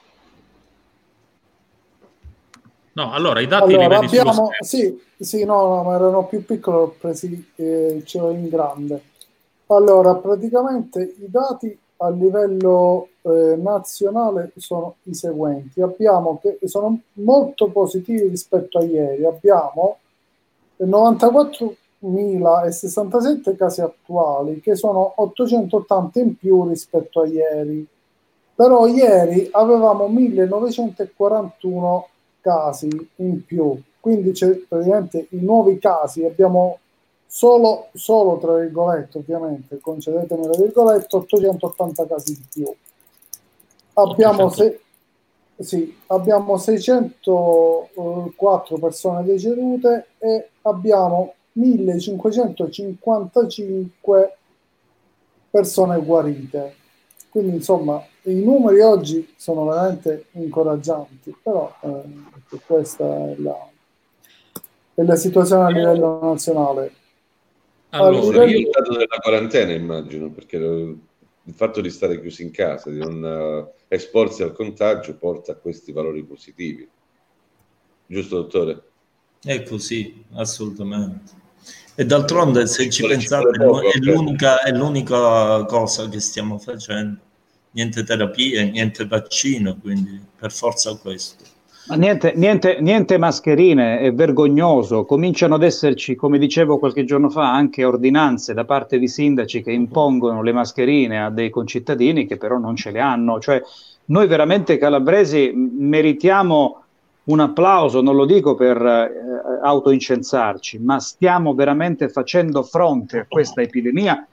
No, allora i dati allora, li vedi abbiamo, sì, sì, no, no, ma erano più piccoli, ho presi eh, ce l'ho in grande. Allora, praticamente i dati a livello eh, nazionale sono i seguenti. Abbiamo che sono molto positivi rispetto a ieri. Abbiamo novantaquattro mila sessantasette casi attuali, che sono ottocentottanta in più rispetto a ieri. Però ieri avevamo millenovecentoquarantuno casi in più, quindi c'è praticamente i nuovi casi, abbiamo solo, solo tra virgolette, ovviamente, concedetemi la virgolette, ottocentottanta casi in più. Abbiamo, se, sì, abbiamo seicentoquattro persone decedute e abbiamo millecinquecentocinquantacinque persone guarite. Quindi insomma i numeri oggi sono veramente incoraggianti, però eh, questa è la, è la situazione a livello nazionale. Allora, il io risultato della quarantena, immagino, perché lo- il fatto di stare chiusi in casa, di non eh, esporsi al contagio, porta a questi valori positivi. Giusto, dottore? È così, assolutamente. E d'altronde, se Ci ci vuole, ci pensate, vuole è l'u- poco, è ok. l'unica, è l'unica cosa che stiamo facendo. Niente terapie, niente vaccino, quindi per forza questo. Ma niente, niente, niente mascherine, è vergognoso. Cominciano ad esserci, come dicevo qualche giorno fa, anche ordinanze da parte di sindaci che impongono le mascherine a dei concittadini che però non ce le hanno. Cioè, noi veramente calabresi meritiamo un applauso, non lo dico per eh, autoincensarci, ma stiamo veramente facendo fronte a questa epidemia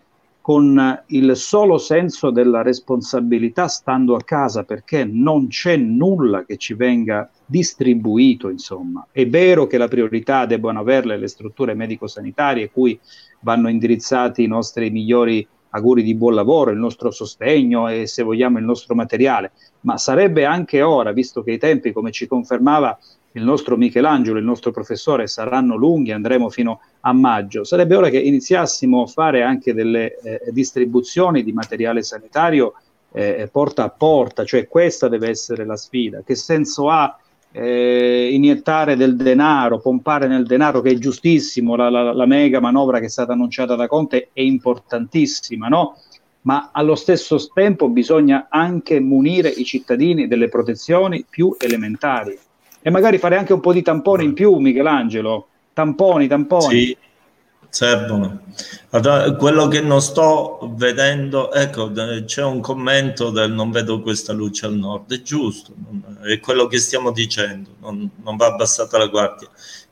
con il solo senso della responsabilità, stando a casa, perché non c'è nulla che ci venga distribuito, insomma. È vero che la priorità debbano averle le strutture medico-sanitarie, cui vanno indirizzati i nostri migliori auguri di buon lavoro, il nostro sostegno e, se vogliamo, il nostro materiale, ma sarebbe anche ora, visto che i tempi, come ci confermava il nostro Michelangelo, il nostro professore, saranno lunghi, andremo fino a maggio, sarebbe ora che iniziassimo a fare anche delle eh, distribuzioni di materiale sanitario eh, porta a porta, cioè questa deve essere la sfida. Che senso ha eh, iniettare del denaro, pompare nel denaro, che è giustissimo, la, la, la mega manovra che è stata annunciata da Conte è importantissima, no? Ma allo stesso tempo bisogna anche munire i cittadini delle protezioni più elementari e magari fare anche un po' di tamponi in più, Michelangelo. Tamponi, tamponi. Sì, servono. Allora, quello che non sto vedendo, ecco, c'è un commento del non vedo questa luce al nord, è giusto, è quello che stiamo dicendo, non, non va abbassata la guardia.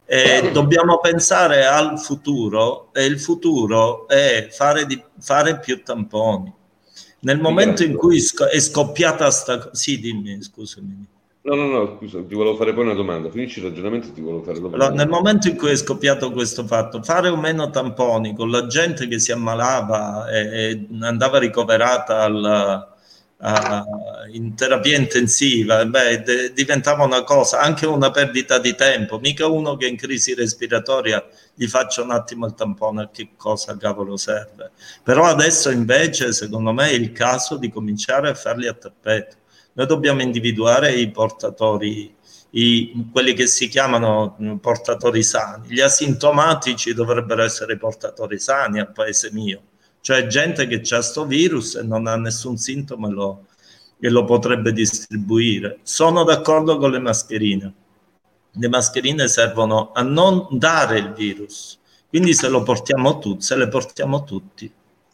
E dobbiamo pensare al futuro, e il futuro è fare, di, fare più tamponi. Nel momento in cui è scoppiata sta cosa, sì, dimmi, scusami. No, no, no, scusa, ti volevo fare poi una domanda. Finisci il ragionamento e ti volevo fare una domanda. Allora, nel momento in cui è scoppiato questo fatto, fare o meno tamponi con la gente che si ammalava e, e andava ricoverata al, a, in terapia intensiva, beh, de, diventava una cosa, anche una perdita di tempo. Mica uno che è in crisi respiratoria gli faccia un attimo il tampone, a che cosa cavolo serve. Però adesso invece, secondo me, è il caso di cominciare a farli a tappeto. Noi dobbiamo individuare i portatori, i, quelli che si chiamano portatori sani. Gli asintomatici dovrebbero essere i portatori sani al paese mio, cioè gente che ha sto virus e non ha nessun sintomo e lo, e lo potrebbe distribuire. Sono d'accordo con le mascherine. Le mascherine servono a non dare il virus, quindi se lo portiamo tutti, se le portiamo tutti.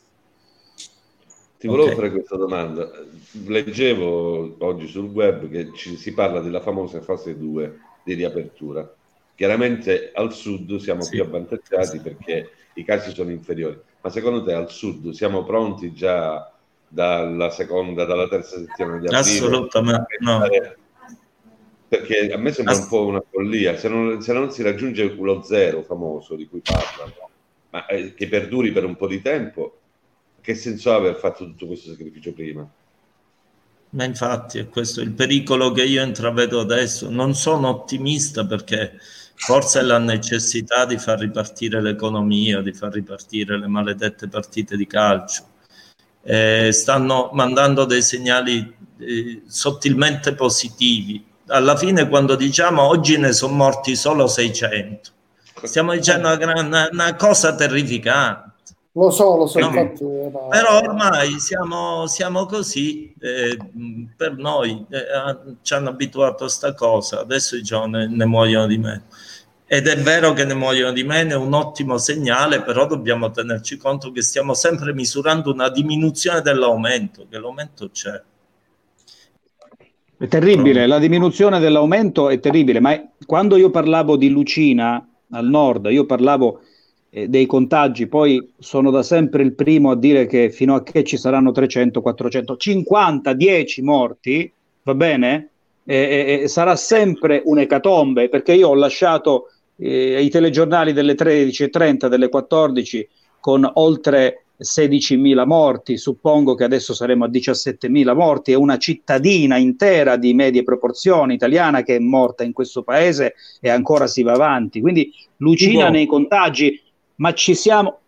Ti volevo Okay. fare questa domanda. Leggevo oggi sul web che ci, si parla della famosa fase due di riapertura. Chiaramente al sud siamo Sì. più avvantaggiati perché i casi sono inferiori, ma secondo te al sud siamo pronti già dalla seconda, dalla terza settimana di aprile? Assolutamente no. Perché a me sembra Ass- un po' una follia, se non, se non si raggiunge lo zero famoso di cui parlano, ma eh, che perduri per un po' di tempo, che senso ha aver fatto tutto questo sacrificio prima? Ma infatti è questo il pericolo che io intravedo adesso. Non sono ottimista perché forse è la necessità di far ripartire l'economia, di far ripartire le maledette partite di calcio. Eh, stanno mandando dei segnali eh, sottilmente positivi. Alla fine, quando diciamo oggi ne sono morti solo seicento, stiamo dicendo una, una, una cosa terrificante. Lo so, lo so, No, infatti. era- Però ormai siamo, siamo così, eh, per noi eh, ci hanno abituato a sta cosa, adesso diciamo, ne, ne muoiono di meno. Ed è vero che ne muoiono di meno, è un ottimo segnale, però dobbiamo tenerci conto che stiamo sempre misurando una diminuzione dell'aumento, che l'aumento c'è. È terribile, la diminuzione dell'aumento è terribile, ma quando io parlavo di Lucina al nord, io parlavo eh, dei contagi, poi sono da sempre il primo a dire che fino a che ci saranno trecento, quattrocento, cinquanta, dieci morti, va bene? Eh, eh, sarà sempre un'ecatombe, perché io ho lasciato eh, i telegiornali delle tredici e trenta, delle quattordici, con oltre sedicimila morti, suppongo che adesso saremo a diciassettemila morti, è una cittadina intera di medie proporzioni italiana che è morta in questo paese e ancora si va avanti, quindi lucina Ugo. nei contagi, ma ci siamo,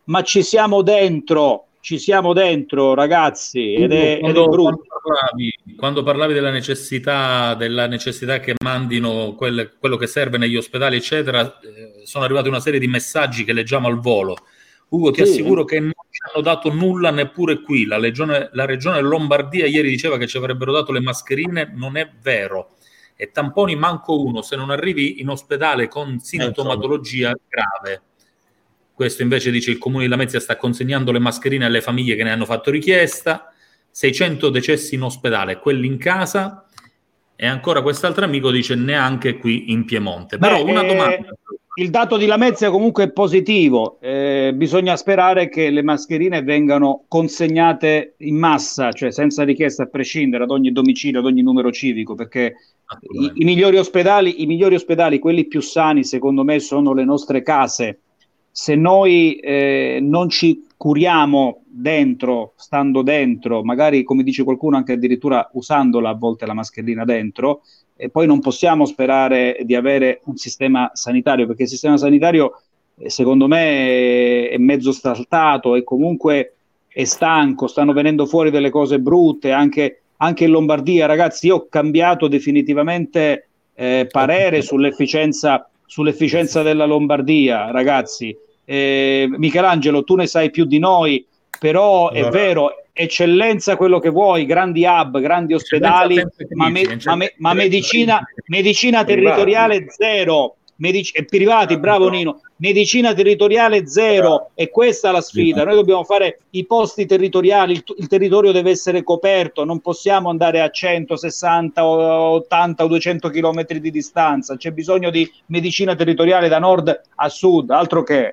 ma ci siamo dentro, ci siamo dentro, ragazzi, ed è, quando, ed è brutto. Quando parlavi, quando parlavi della necessità, della necessità che mandino quelle, quello che serve negli ospedali, eccetera, eh, sono arrivati una serie di messaggi che leggiamo al volo. Ugo, ti Sì. assicuro che non ci hanno dato nulla neppure qui. La regione, la regione Lombardia ieri diceva che ci avrebbero dato le mascherine, non è vero. E tamponi manco uno, se non arrivi in ospedale con sintomatologia grave. Questo invece dice il Comune di Lamezia sta consegnando le mascherine alle famiglie che ne hanno fatto richiesta, seicento decessi in ospedale, quelli in casa, e ancora quest'altro amico dice neanche qui in Piemonte. Però Beh, una eh, domanda... il dato di Lamezia comunque è positivo, eh, bisogna sperare che le mascherine vengano consegnate in massa, cioè senza richiesta a prescindere ad ogni domicilio, ad ogni numero civico, perché i, i migliori ospedali, i migliori ospedali, quelli più sani, secondo me, sono le nostre case. Se noi eh, non ci curiamo dentro, stando dentro, magari come dice qualcuno anche addirittura usandola a volte la mascherina dentro, e poi non possiamo sperare di avere un sistema sanitario, perché il sistema sanitario eh, secondo me è, è mezzo saltato e comunque è stanco, stanno venendo fuori delle cose brutte, anche, anche in Lombardia. Ragazzi, io ho cambiato definitivamente eh, parere sull'efficienza, sull'efficienza della Lombardia, ragazzi. Eh, Michelangelo, tu ne sai più di noi, però è vero, eccellenza quello che vuoi, grandi hub, grandi ospedali, ma, me, ma, me, ma medicina, medicina territoriale zero, Medic- e privati, bravo Nino, medicina territoriale zero, e questa è la sfida. Noi dobbiamo fare i posti territoriali, il, il territorio deve essere coperto, non possiamo andare a centosessanta, ottanta o duecento chilometri di distanza, c'è bisogno di medicina territoriale da nord a sud, altro che...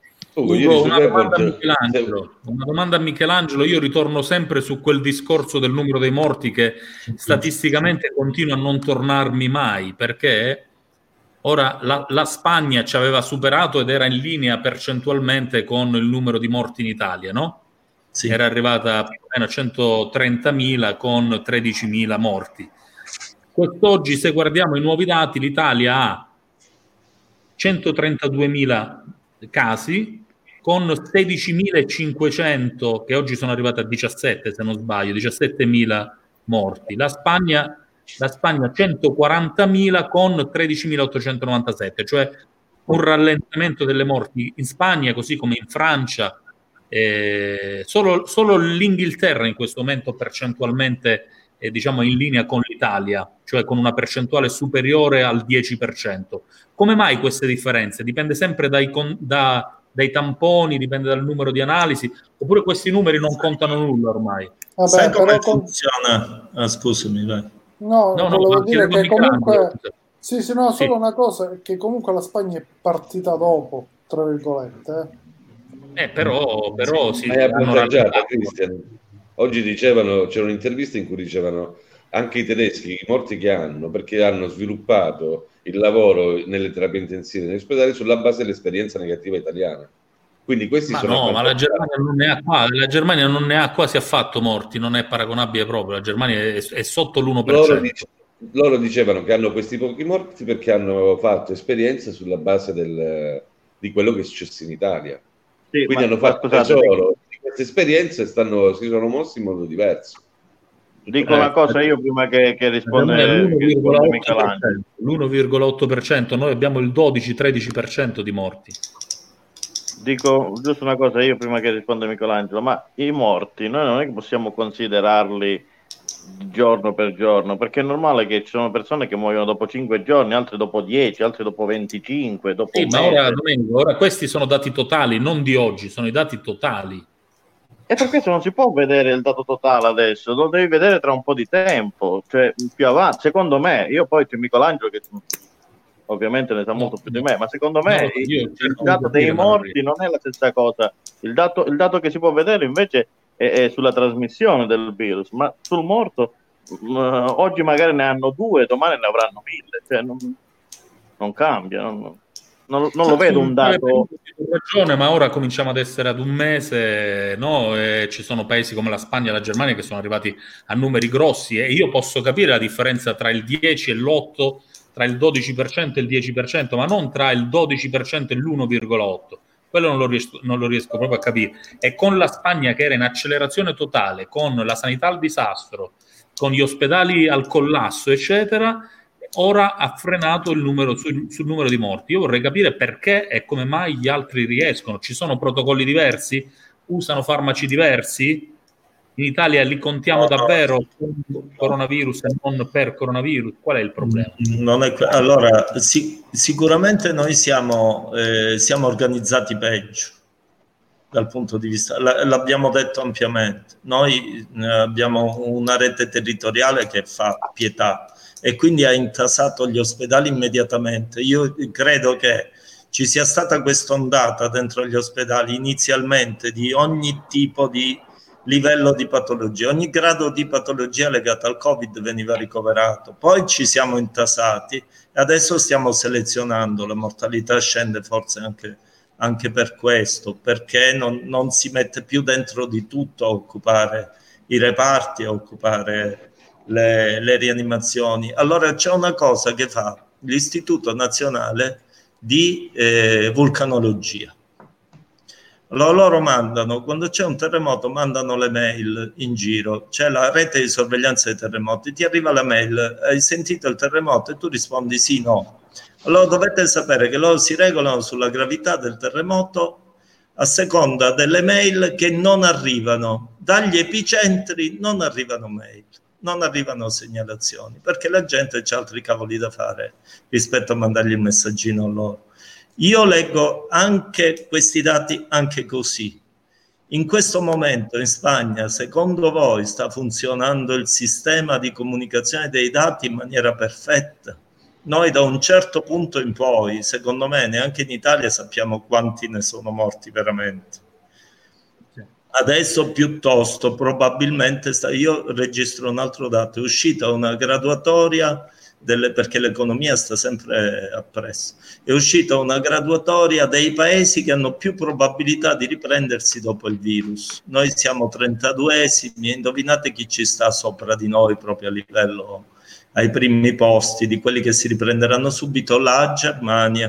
Ugo, una domanda a Michelangelo. Una domanda a Michelangelo, io ritorno sempre su quel discorso del numero dei morti che statisticamente continua a non tornarmi mai, perché ora la, la Spagna ci aveva superato ed era in linea percentualmente con il numero di morti in Italia, no? Sì. Era arrivata più o meno a centotrentamila con tredicimila morti. Quest'oggi, se guardiamo i nuovi dati, l'Italia ha centotrentaduemila casi con sedicimilacinquecento, che oggi sono arrivati a diciassette, se non sbaglio, diciassettemila morti. La Spagna, la Spagna centoquarantamila con tredicimilaottocentonovantasette, cioè un rallentamento delle morti in Spagna, così come in Francia. Eh, solo, solo l'Inghilterra in questo momento percentualmente è, diciamo, in linea con l'Italia, cioè con una percentuale superiore al dieci per cento. Come mai queste differenze? Dipende sempre dai, con, da, dai tamponi, dipende dal numero di analisi, oppure questi numeri non contano nulla ormai? Vabbè, Sai come con... funziona? Ah, scusami, vai. No, no, volevo no, dire che comunque... Sì, sì, no, solo sì. una cosa, è che comunque la Spagna è partita dopo, tra virgolette. Eh, eh però, però sì, è avvantaggiata, Cristian. Oggi dicevano, c'era un'intervista in cui dicevano anche i tedeschi, i morti che hanno, perché hanno sviluppato il lavoro nelle terapie intensive negli ospedali sulla base dell'esperienza negativa italiana. Quindi questi ma sono no, ma la Germania non ne ha qua, la Germania non ne ha quasi affatto morti, non è paragonabile proprio, la Germania è, è sotto l'uno per cento. Loro, dice, loro dicevano che hanno questi pochi morti perché hanno fatto esperienza sulla base del, di quello che è successo in Italia. Sì, quindi hanno fatto tesoro di queste esperienze e stanno, si sono mossi in modo diverso. Dico eh, una cosa io prima che, che risponde Michelangelo. l'uno virgola otto per cento, noi abbiamo il dodici tredici per cento di morti. Dico giusto una cosa io prima che risponda Michelangelo, ma i morti noi non è che possiamo considerarli giorno per giorno, perché è normale che ci sono persone che muoiono dopo cinque giorni, altre dopo dieci, altre dopo venticinque, dopo sì, ma ora, Domenico, ora questi sono dati totali, non di oggi, sono i dati totali. E per questo non si può vedere il dato totale adesso, lo devi vedere tra un po' di tempo, cioè più avanti, secondo me. Io poi c'è Michelangelo che ovviamente ne sa molto più di me, ma secondo me no, il, il dato dei morti non è la stessa cosa. Il dato, il dato che si può vedere invece è, è sulla trasmissione del virus, ma sul morto uh, oggi magari ne hanno due, domani ne avranno mille, cioè non, non cambia, non, non, non lo vedo un dato. Hai ragione, ma ora cominciamo ad essere ad un mese, no? E ci sono paesi come la Spagna e la Germania che sono arrivati a numeri grossi, e io posso capire la differenza tra il dieci e l'otto, tra il dodici per cento e il dieci per cento, ma non tra il dodici per cento e l'uno virgola otto. quello non lo, riesco, non lo riesco proprio a capire. E con la Spagna che era in accelerazione totale, con la sanità al disastro, con gli ospedali al collasso, eccetera, ora ha frenato il numero sul, sul numero di morti. Io vorrei capire perché e come mai gli altri riescono. Ci sono protocolli diversi? Usano farmaci diversi? In Italia li contiamo davvero con coronavirus e non per coronavirus? Qual è il problema? Non è, allora, sì, sicuramente noi siamo, eh, siamo organizzati peggio dal punto di vista, l'abbiamo detto ampiamente, noi abbiamo una rete territoriale che fa pietà e quindi ha intasato gli ospedali immediatamente. Io credo che ci sia stata questa ondata dentro gli ospedali inizialmente di ogni tipo di livello di patologia, ogni grado di patologia legata al Covid veniva ricoverato, poi ci siamo intasati e adesso stiamo selezionando, la mortalità scende forse anche, anche per questo, perché non, non si mette più dentro di tutto a occupare i reparti, a occupare le, le rianimazioni. Allora c'è una cosa che fa l'Istituto Nazionale di eh, Vulcanologia. Allora, loro mandano, quando c'è un terremoto, mandano le mail in giro, c'è la rete di sorveglianza dei terremoti, ti arriva la mail, hai sentito il terremoto e tu rispondi sì, no. Allora dovete sapere che loro si regolano sulla gravità del terremoto a seconda delle mail che non arrivano, dagli epicentri non arrivano mail, non arrivano segnalazioni, perché la gente ha altri cavoli da fare rispetto a mandargli il messaggino a loro. Io leggo anche questi dati anche così. In questo momento in Spagna, secondo voi, sta funzionando il sistema di comunicazione dei dati in maniera perfetta? Noi da un certo punto in poi, secondo me, neanche in Italia sappiamo quanti ne sono morti veramente. Adesso piuttosto probabilmente, sta, io registro un altro dato, è uscita una graduatoria Delle, perché l'economia sta sempre appresso. È uscita una graduatoria dei paesi che hanno più probabilità di riprendersi dopo il virus. Noi siamo trentaduesimi e indovinate chi ci sta sopra di noi proprio a livello, ai primi posti di quelli che si riprenderanno subito, la Germania.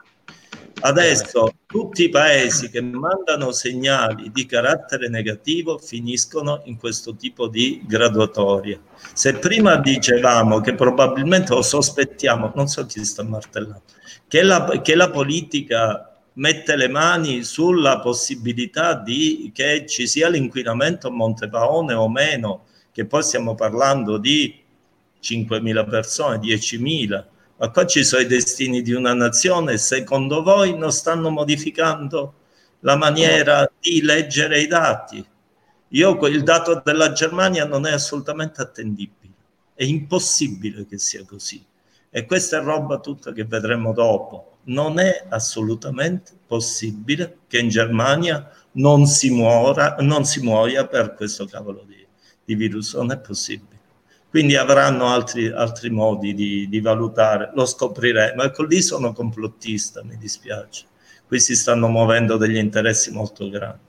Adesso tutti i paesi che mandano segnali di carattere negativo finiscono in questo tipo di graduatoria. Se prima dicevamo che probabilmente, o sospettiamo, non so chi sta martellando, che la, che la politica mette le mani sulla possibilità di che ci sia l'inquinamento a Montepaone o meno, che poi stiamo parlando di cinquemila persone, diecimila, ma qua ci sono i destini di una nazione. Secondo voi non stanno modificando la maniera di leggere i dati? Io il dato della Germania non è assolutamente attendibile, è impossibile che sia così, e questa è roba tutta che vedremo dopo. Non è assolutamente possibile che in Germania non si muora, non si muoia per questo cavolo di, di virus, non è possibile. Quindi avranno altri, altri modi di, di valutare, lo scopriremo. Ecco, lì sono complottista, mi dispiace. Qui si stanno muovendo degli interessi molto grandi.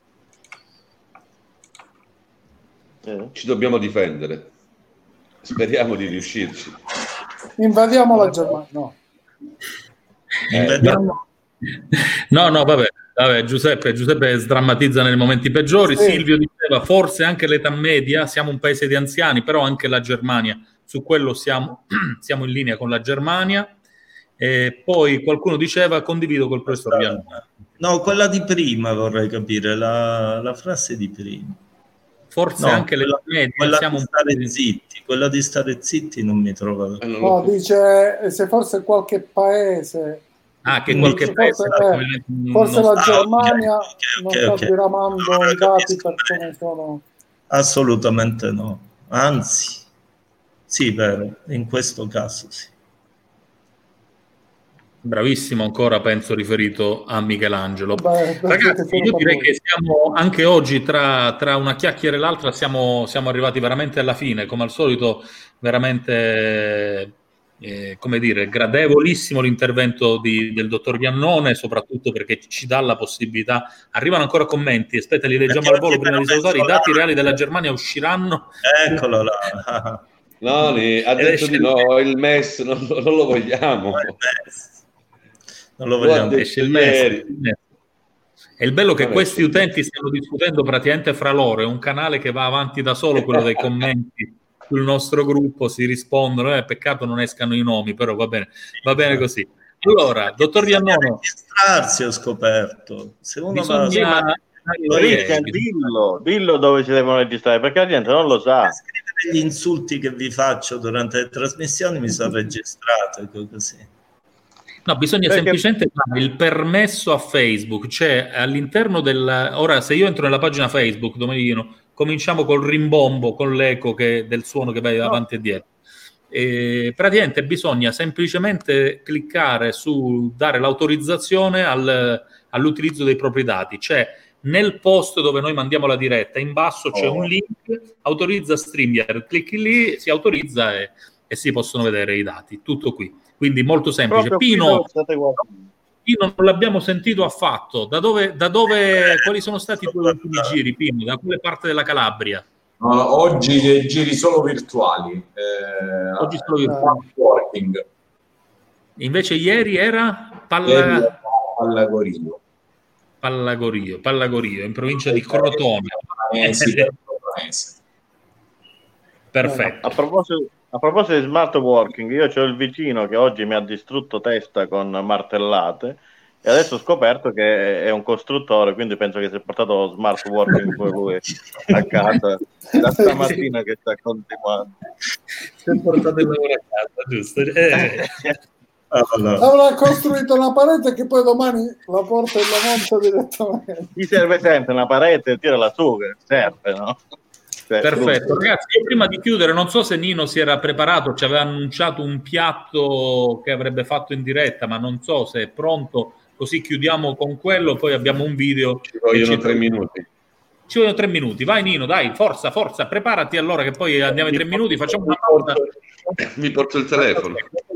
Ci dobbiamo difendere. Speriamo di riuscirci. Invadiamo la Germania. No. Eh, no, no, vabbè. Vabbè, Giuseppe, Giuseppe sdrammatizza nei momenti peggiori. Sì. Silvio diceva forse anche l'età media, siamo un paese di anziani, però anche la Germania, su quello siamo, siamo in linea con la Germania. E poi qualcuno diceva condivido col professor Viannone. No, quella di prima vorrei capire, la, la frase di prima. Forse no, anche quella, l'età media, quella siamo di stare un... zitti, quella di stare zitti non mi trova. No, dice se forse qualche paese. Ah, che qualche forse, paese eh, forse la Germania okay, okay, okay, non sta diramando okay. i dati per come sono. Assolutamente no, anzi sì, vero, in questo caso sì. Bravissimo, ancora penso riferito a Michelangelo. Beh, ragazzi, io direi che siamo anche oggi tra, tra una chiacchiera e l'altra siamo, siamo arrivati veramente alla fine, come al solito veramente Eh, come dire, gradevolissimo l'intervento di, del dottor Viannone, soprattutto perché ci dà la possibilità. Arrivano ancora commenti, aspetta, li leggiamo al volo prima di salutare. I dati reali della Germania usciranno. Eccolo là. No, ha detto di no, il M E S non, non lo vogliamo. Non lo vogliamo. Esce il M E S. È il bello che questi utenti stanno discutendo praticamente fra loro, è un canale che va avanti da solo, quello dei commenti sul nostro gruppo, si rispondono, eh, peccato non escano i nomi, però va bene, va bene così. Allora, dottor Iannone, registrarsi ho scoperto. Secondo bisogna... me... Sì, ma... Christian, dillo, dillo dove si devono registrare, perché la gente non lo sa. Scrivere gli insulti che vi faccio durante le trasmissioni, mi sono registrato così. No, bisogna Perché... semplicemente dare il permesso a Facebook, cioè all'interno del... Ora, se io entro nella pagina Facebook, Domenichino, cominciamo col rimbombo, con l'eco che, del suono che va avanti no. e dietro. E praticamente bisogna semplicemente cliccare su dare l'autorizzazione al, all'utilizzo dei propri dati, cioè nel post dove noi mandiamo la diretta, in basso c'è oh. un link, autorizza StreamYard, clicchi lì, si autorizza e, e si possono vedere i dati, tutto qui. Quindi molto semplice. Pino, Pino non l'abbiamo sentito affatto. Da dove, da dove, quali sono stati i tuoi ultimi giri, Pino? Da quale parte della Calabria? No, oggi dei giri solo virtuali. Eh, oggi solo virtuali. Working. Invece ieri era Palla... Ieri Pallagorio. Pallagorio, Pallagorio, in provincia di Crotone. Eh, sì, perfetto. A proposito, a proposito di smart working, io ho il vicino che oggi mi ha distrutto testa con martellate e adesso ho scoperto che è un costruttore, quindi penso che si è portato smart working poi lui a casa da stamattina che sta continuando. Si è portato il lavoro a casa, giusto? Eh. Allora. Avrà costruito una parete che poi domani la porta e la monta direttamente. Gli serve sempre una parete, tirala su, che serve, no? Cioè, perfetto, ragazzi, io prima di chiudere non so se Nino si era preparato, ci aveva annunciato un piatto che avrebbe fatto in diretta, ma non so se è pronto, così chiudiamo con quello, poi abbiamo un video. Ci vogliono tre minuti. Ci vogliono tre minuti, vai Nino, dai, forza, forza, preparati allora che poi andiamo ai tre minuti, facciamo una pausa. Mi porto il telefono.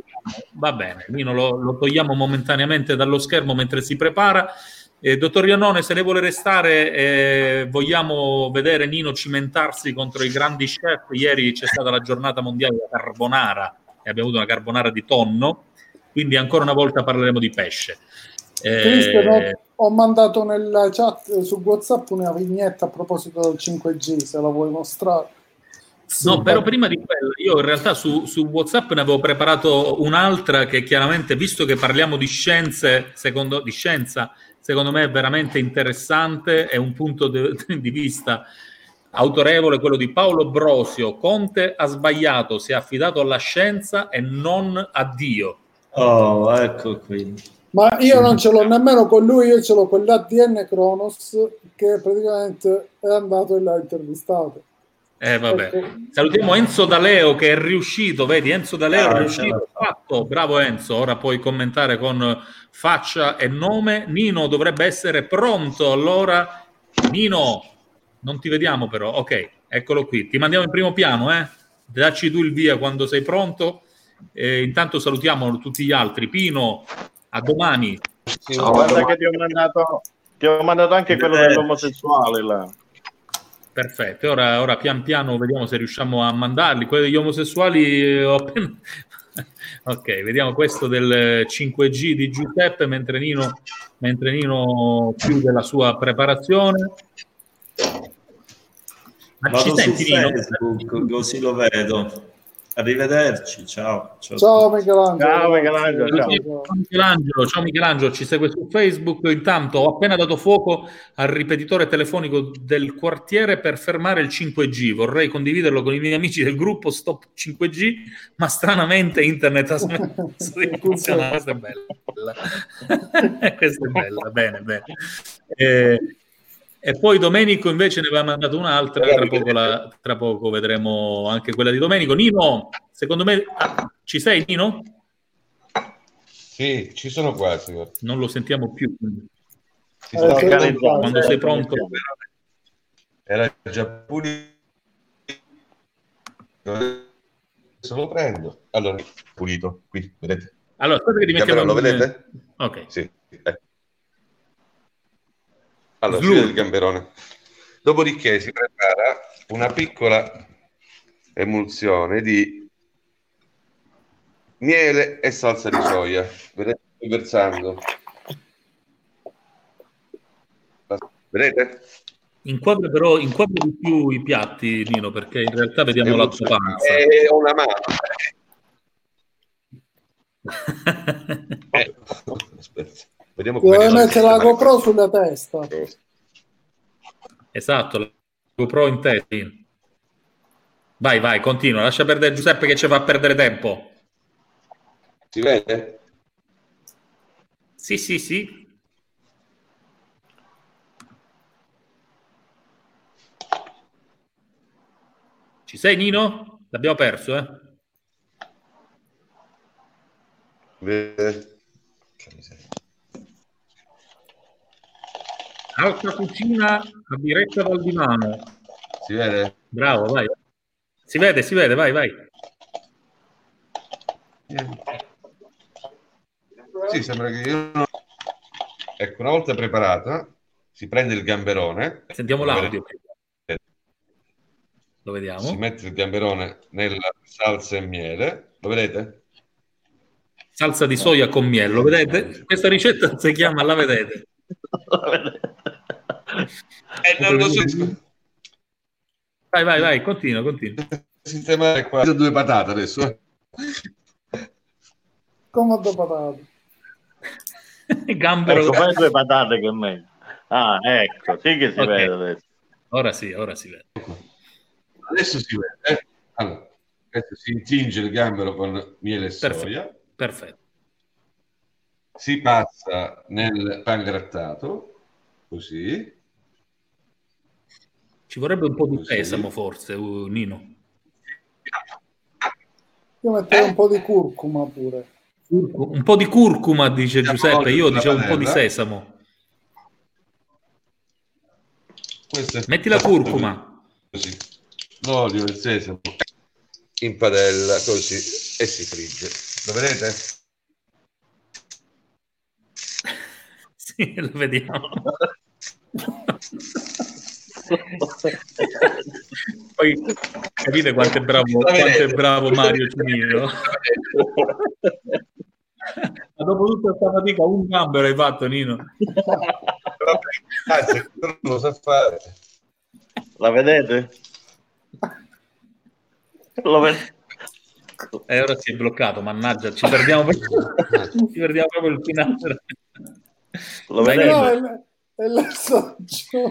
Va bene, Nino lo, lo togliamo momentaneamente dallo schermo mentre si prepara. Eh, dottor Iannone, se ne vuole restare, eh, vogliamo vedere Nino cimentarsi contro i grandi chef. Ieri c'è stata la giornata mondiale della carbonara e abbiamo avuto una carbonara di tonno, quindi ancora una volta parleremo di pesce. Eh, Cristian, ho mandato nella chat su WhatsApp una vignetta a proposito del cinque G, se la vuoi mostrare. Sì, no, però prima di quello, io in realtà su, su WhatsApp ne avevo preparato un'altra che chiaramente, visto che parliamo di scienze, secondo, di scienza, secondo me è veramente interessante, è un punto de, di vista autorevole, quello di Paolo Brosio. Conte ha sbagliato, si è affidato alla scienza e non a Dio. Oh, ecco qui. Ma io non ce l'ho nemmeno con lui, io ce l'ho con l'A D N Kronos, che praticamente è andato e l'ha intervistato. Eh vabbè, salutiamo Enzo D'Aleo che è riuscito, vedi Enzo D'Aleo è riuscito, fatto, bravo Enzo, ora puoi commentare con faccia e nome. Nino dovrebbe essere pronto, allora Nino, non ti vediamo però, ok, eccolo qui, ti mandiamo in primo piano, eh? Dacci tu il via quando sei pronto, e intanto salutiamo tutti gli altri. Pino, a domani. Ciao, guarda che ti ho mandato, ti ho mandato anche quello dell'omosessuale là. Perfetto, ora, ora pian piano vediamo se riusciamo a mandarli. Quelli degli omosessuali eh, ho appena... ok, vediamo questo del cinque G di Giuseppe mentre Nino, mentre Nino chiude la sua preparazione. Ma vado ci senti, su Nino? Facebook, così lo vedo. Arrivederci, ciao. Ciao, ciao Michelangelo. Ciao Michelangelo. Ciao. Ciao Michelangelo. Ciao Michelangelo, ci segue su Facebook. Intanto ho appena dato fuoco al ripetitore telefonico del quartiere per fermare il cinque G. Vorrei condividerlo con i miei amici del gruppo Stop cinque G, ma stranamente internet ha smesso di funzionare. Questa è bella. Questa è bella, bene, bene. Eh, E poi Domenico invece ne aveva mandato un'altra, tra poco, la, tra poco vedremo anche quella di Domenico. Nino, secondo me, ah, ci sei Nino? Sì, ci sono quasi. Non lo sentiamo più. Si sta eh, quando sei pronto. Era già pulito. Adesso lo prendo. Allora, pulito, qui, vedete? Allora, aspetta che ti mettiamo... Lo vedete? Ok. Sì, ecco. Allora, si vede il gamberone. Dopodiché si prepara una piccola emulsione di miele e salsa di soia. Vedete, sto versando Vedete? Inquadra però inquadra di più i piatti, Nino, perché in realtà vediamo la tua panza. È una mano. eh. Aspetta. Vediamo come Dove mettere la GoPro sulla testa. Esatto, la GoPro in testa. Vai, vai, continua. Lascia perdere Giuseppe che ci fa perdere tempo. Si vede? Sì, sì, sì. Ci sei, Nino? L'abbiamo perso, eh? Vede? Alta cucina a diretta dal divano. Si vede? Bravo, vai. Si vede, si vede, vai, vai. Sì, sembra che io... Ecco, una volta preparata, si prende il gamberone. Sentiamo l'audio. Lo vediamo. Si mette il gamberone nella salsa e miele. Lo vedete? Salsa di soia con miele, lo vedete? Questa ricetta si chiama La vedete. Eh, non lo so. Vai, vai, vai, continua, continua. Sistemare qua due patate adesso. Come due patate. Gambero. Ecco, fai due patate che è meglio. Ah, ecco, sì che si Okay. vede adesso. Ora sì, ora si vede. Adesso si vede. Eh? Allora, adesso si intinge il gambero con miele e Perfetto. soia. Perfetto. Si passa nel pangrattato, così. Ci vorrebbe un po' di Così. sesamo forse, uh, Nino. Io metterei un po' di curcuma pure. Un po' di curcuma, dice Giuseppe, io dicevo un po' di padella. sesamo. Questo è Metti la curcuma. così. L'olio, il sesamo in padella, così, e si frigge. Lo vedete? Sì, lo vediamo. Poi capite quanto è bravo, quanto è bravo Mario Cimino. Ma dopo tutta questa fatica un gambero hai fatto, Nino. Anzi, non lo sa fare. La vedete? Lo vedete? E ora si è bloccato, mannaggia, ci perdiamo, per... ci perdiamo proprio il finale. Lo Vai, vedete? No, Nino. è, è l'assaggio.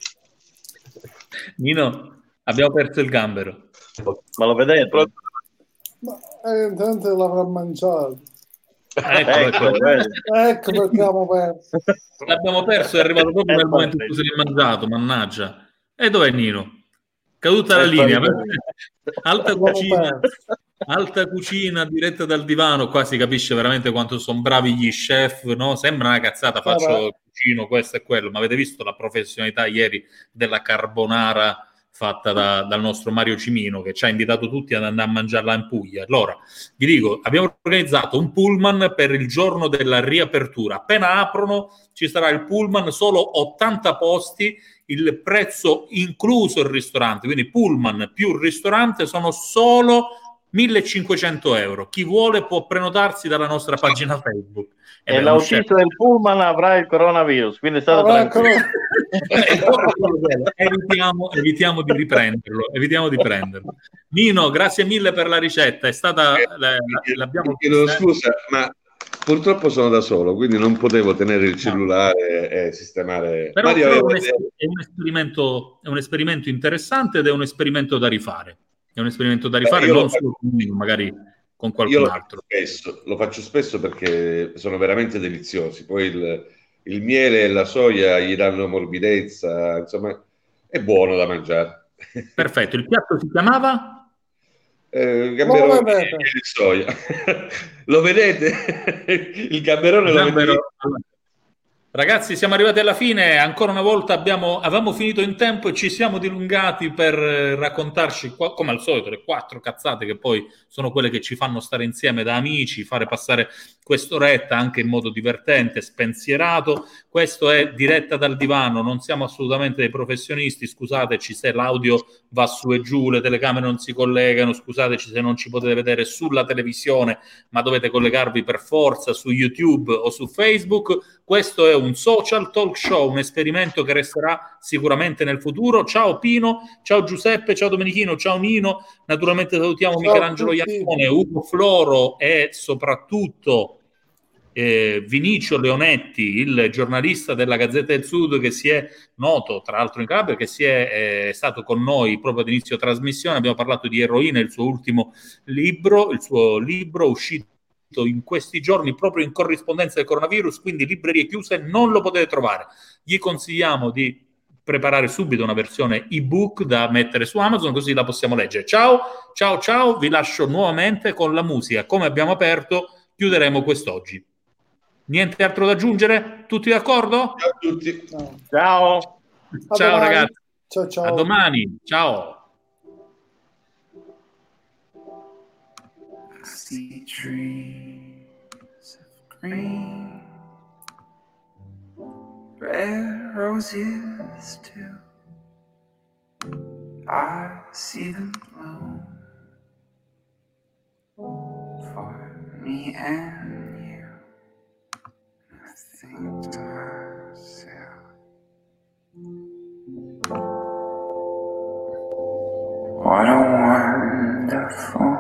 Nino, abbiamo perso il gambero. Ma lo vedete? Ma evidentemente l'avrà mangiato. Ecco, Ecco, ecco. vedi? Ecco perché abbiamo perso. L'abbiamo perso, è arrivato proprio nel momento in cui se l'è mangiato, mannaggia. E dov'è Nino? Caduta la È linea. sparito. Alta L'abbiamo cucina, perso. alta cucina diretta dal divano, qua si capisce veramente quanto sono bravi gli chef, no? Sembra una cazzata, faccio Vabbè. cucino questo e quello, ma avete visto la professionalità ieri della carbonara fatta da- dal nostro Mario Cimino, che ci ha invitato tutti ad andare a mangiarla in Puglia. Allora, vi dico, abbiamo organizzato un pullman per il giorno della riapertura. Appena aprono ci sarà il pullman, solo ottanta posti, il prezzo incluso il ristorante, quindi pullman più ristorante sono solo millecinquecento euro. Chi vuole può prenotarsi dalla nostra pagina Facebook. E beh, un chef- l'autista del pullman avrà il coronavirus, quindi state Vabbè, tranquilli. evitiamo, evitiamo di riprenderlo, evitiamo di prenderlo. Nino, grazie mille per la ricetta, è stata la- l'abbiamo Chiedo scusa, ma purtroppo sono da solo, quindi non potevo tenere il cellulare e sistemare. però, Mario però è, aveva un, idea. es- è un esperimento, è un esperimento interessante ed è un esperimento da rifare. È un esperimento da rifare, io lo non faccio- solo con Nino, magari con Io qualcun lo altro. faccio spesso, lo faccio spesso perché sono veramente deliziosi. Poi il, il miele e la soia gli danno morbidezza, insomma, è buono da mangiare. Perfetto, il piatto si chiamava? Eh, gamberone Lo vedete? e soia. Lo vedete? Il gamberone lo vedete? Gambero. Ragazzi, siamo arrivati alla fine, ancora una volta abbiamo, avevamo finito in tempo e ci siamo dilungati per eh, raccontarci, qua- come al solito, le quattro cazzate che poi sono quelle che ci fanno stare insieme da amici, fare passare quest'oretta anche in modo divertente, spensierato. Questo è diretta dal divano, non siamo assolutamente dei professionisti, scusateci se l'audio va su e giù, le telecamere non si collegano, scusateci se non ci potete vedere sulla televisione, ma dovete collegarvi per forza su YouTube o su Facebook. Questo è un un social talk show, un esperimento che resterà sicuramente nel futuro. Ciao Pino, ciao Giuseppe, ciao Domenichino, ciao Nino. Naturalmente salutiamo ciao Michelangelo Iannone, Ugo Floro e soprattutto eh, Vinicio Leonetti, il giornalista della Gazzetta del Sud che si è noto, tra l'altro in Calabria, che si è eh, stato con noi proprio ad inizio trasmissione. Abbiamo parlato di Eroina, il suo ultimo libro, il suo libro uscito in questi giorni proprio in corrispondenza del coronavirus, quindi librerie chiuse non lo potete trovare. Gli consigliamo di preparare subito una versione ebook da mettere su Amazon, così la possiamo leggere. Ciao, ciao, ciao, vi lascio nuovamente con la musica. Come abbiamo aperto, chiuderemo quest'oggi. Niente altro da aggiungere? Tutti d'accordo? Ciao a tutti. Ciao. Ciao ragazzi. Ciao, ciao. A domani. Ciao. I see trees of green, red roses too. I see them bloom for me and you. I think to myself, what a wonderful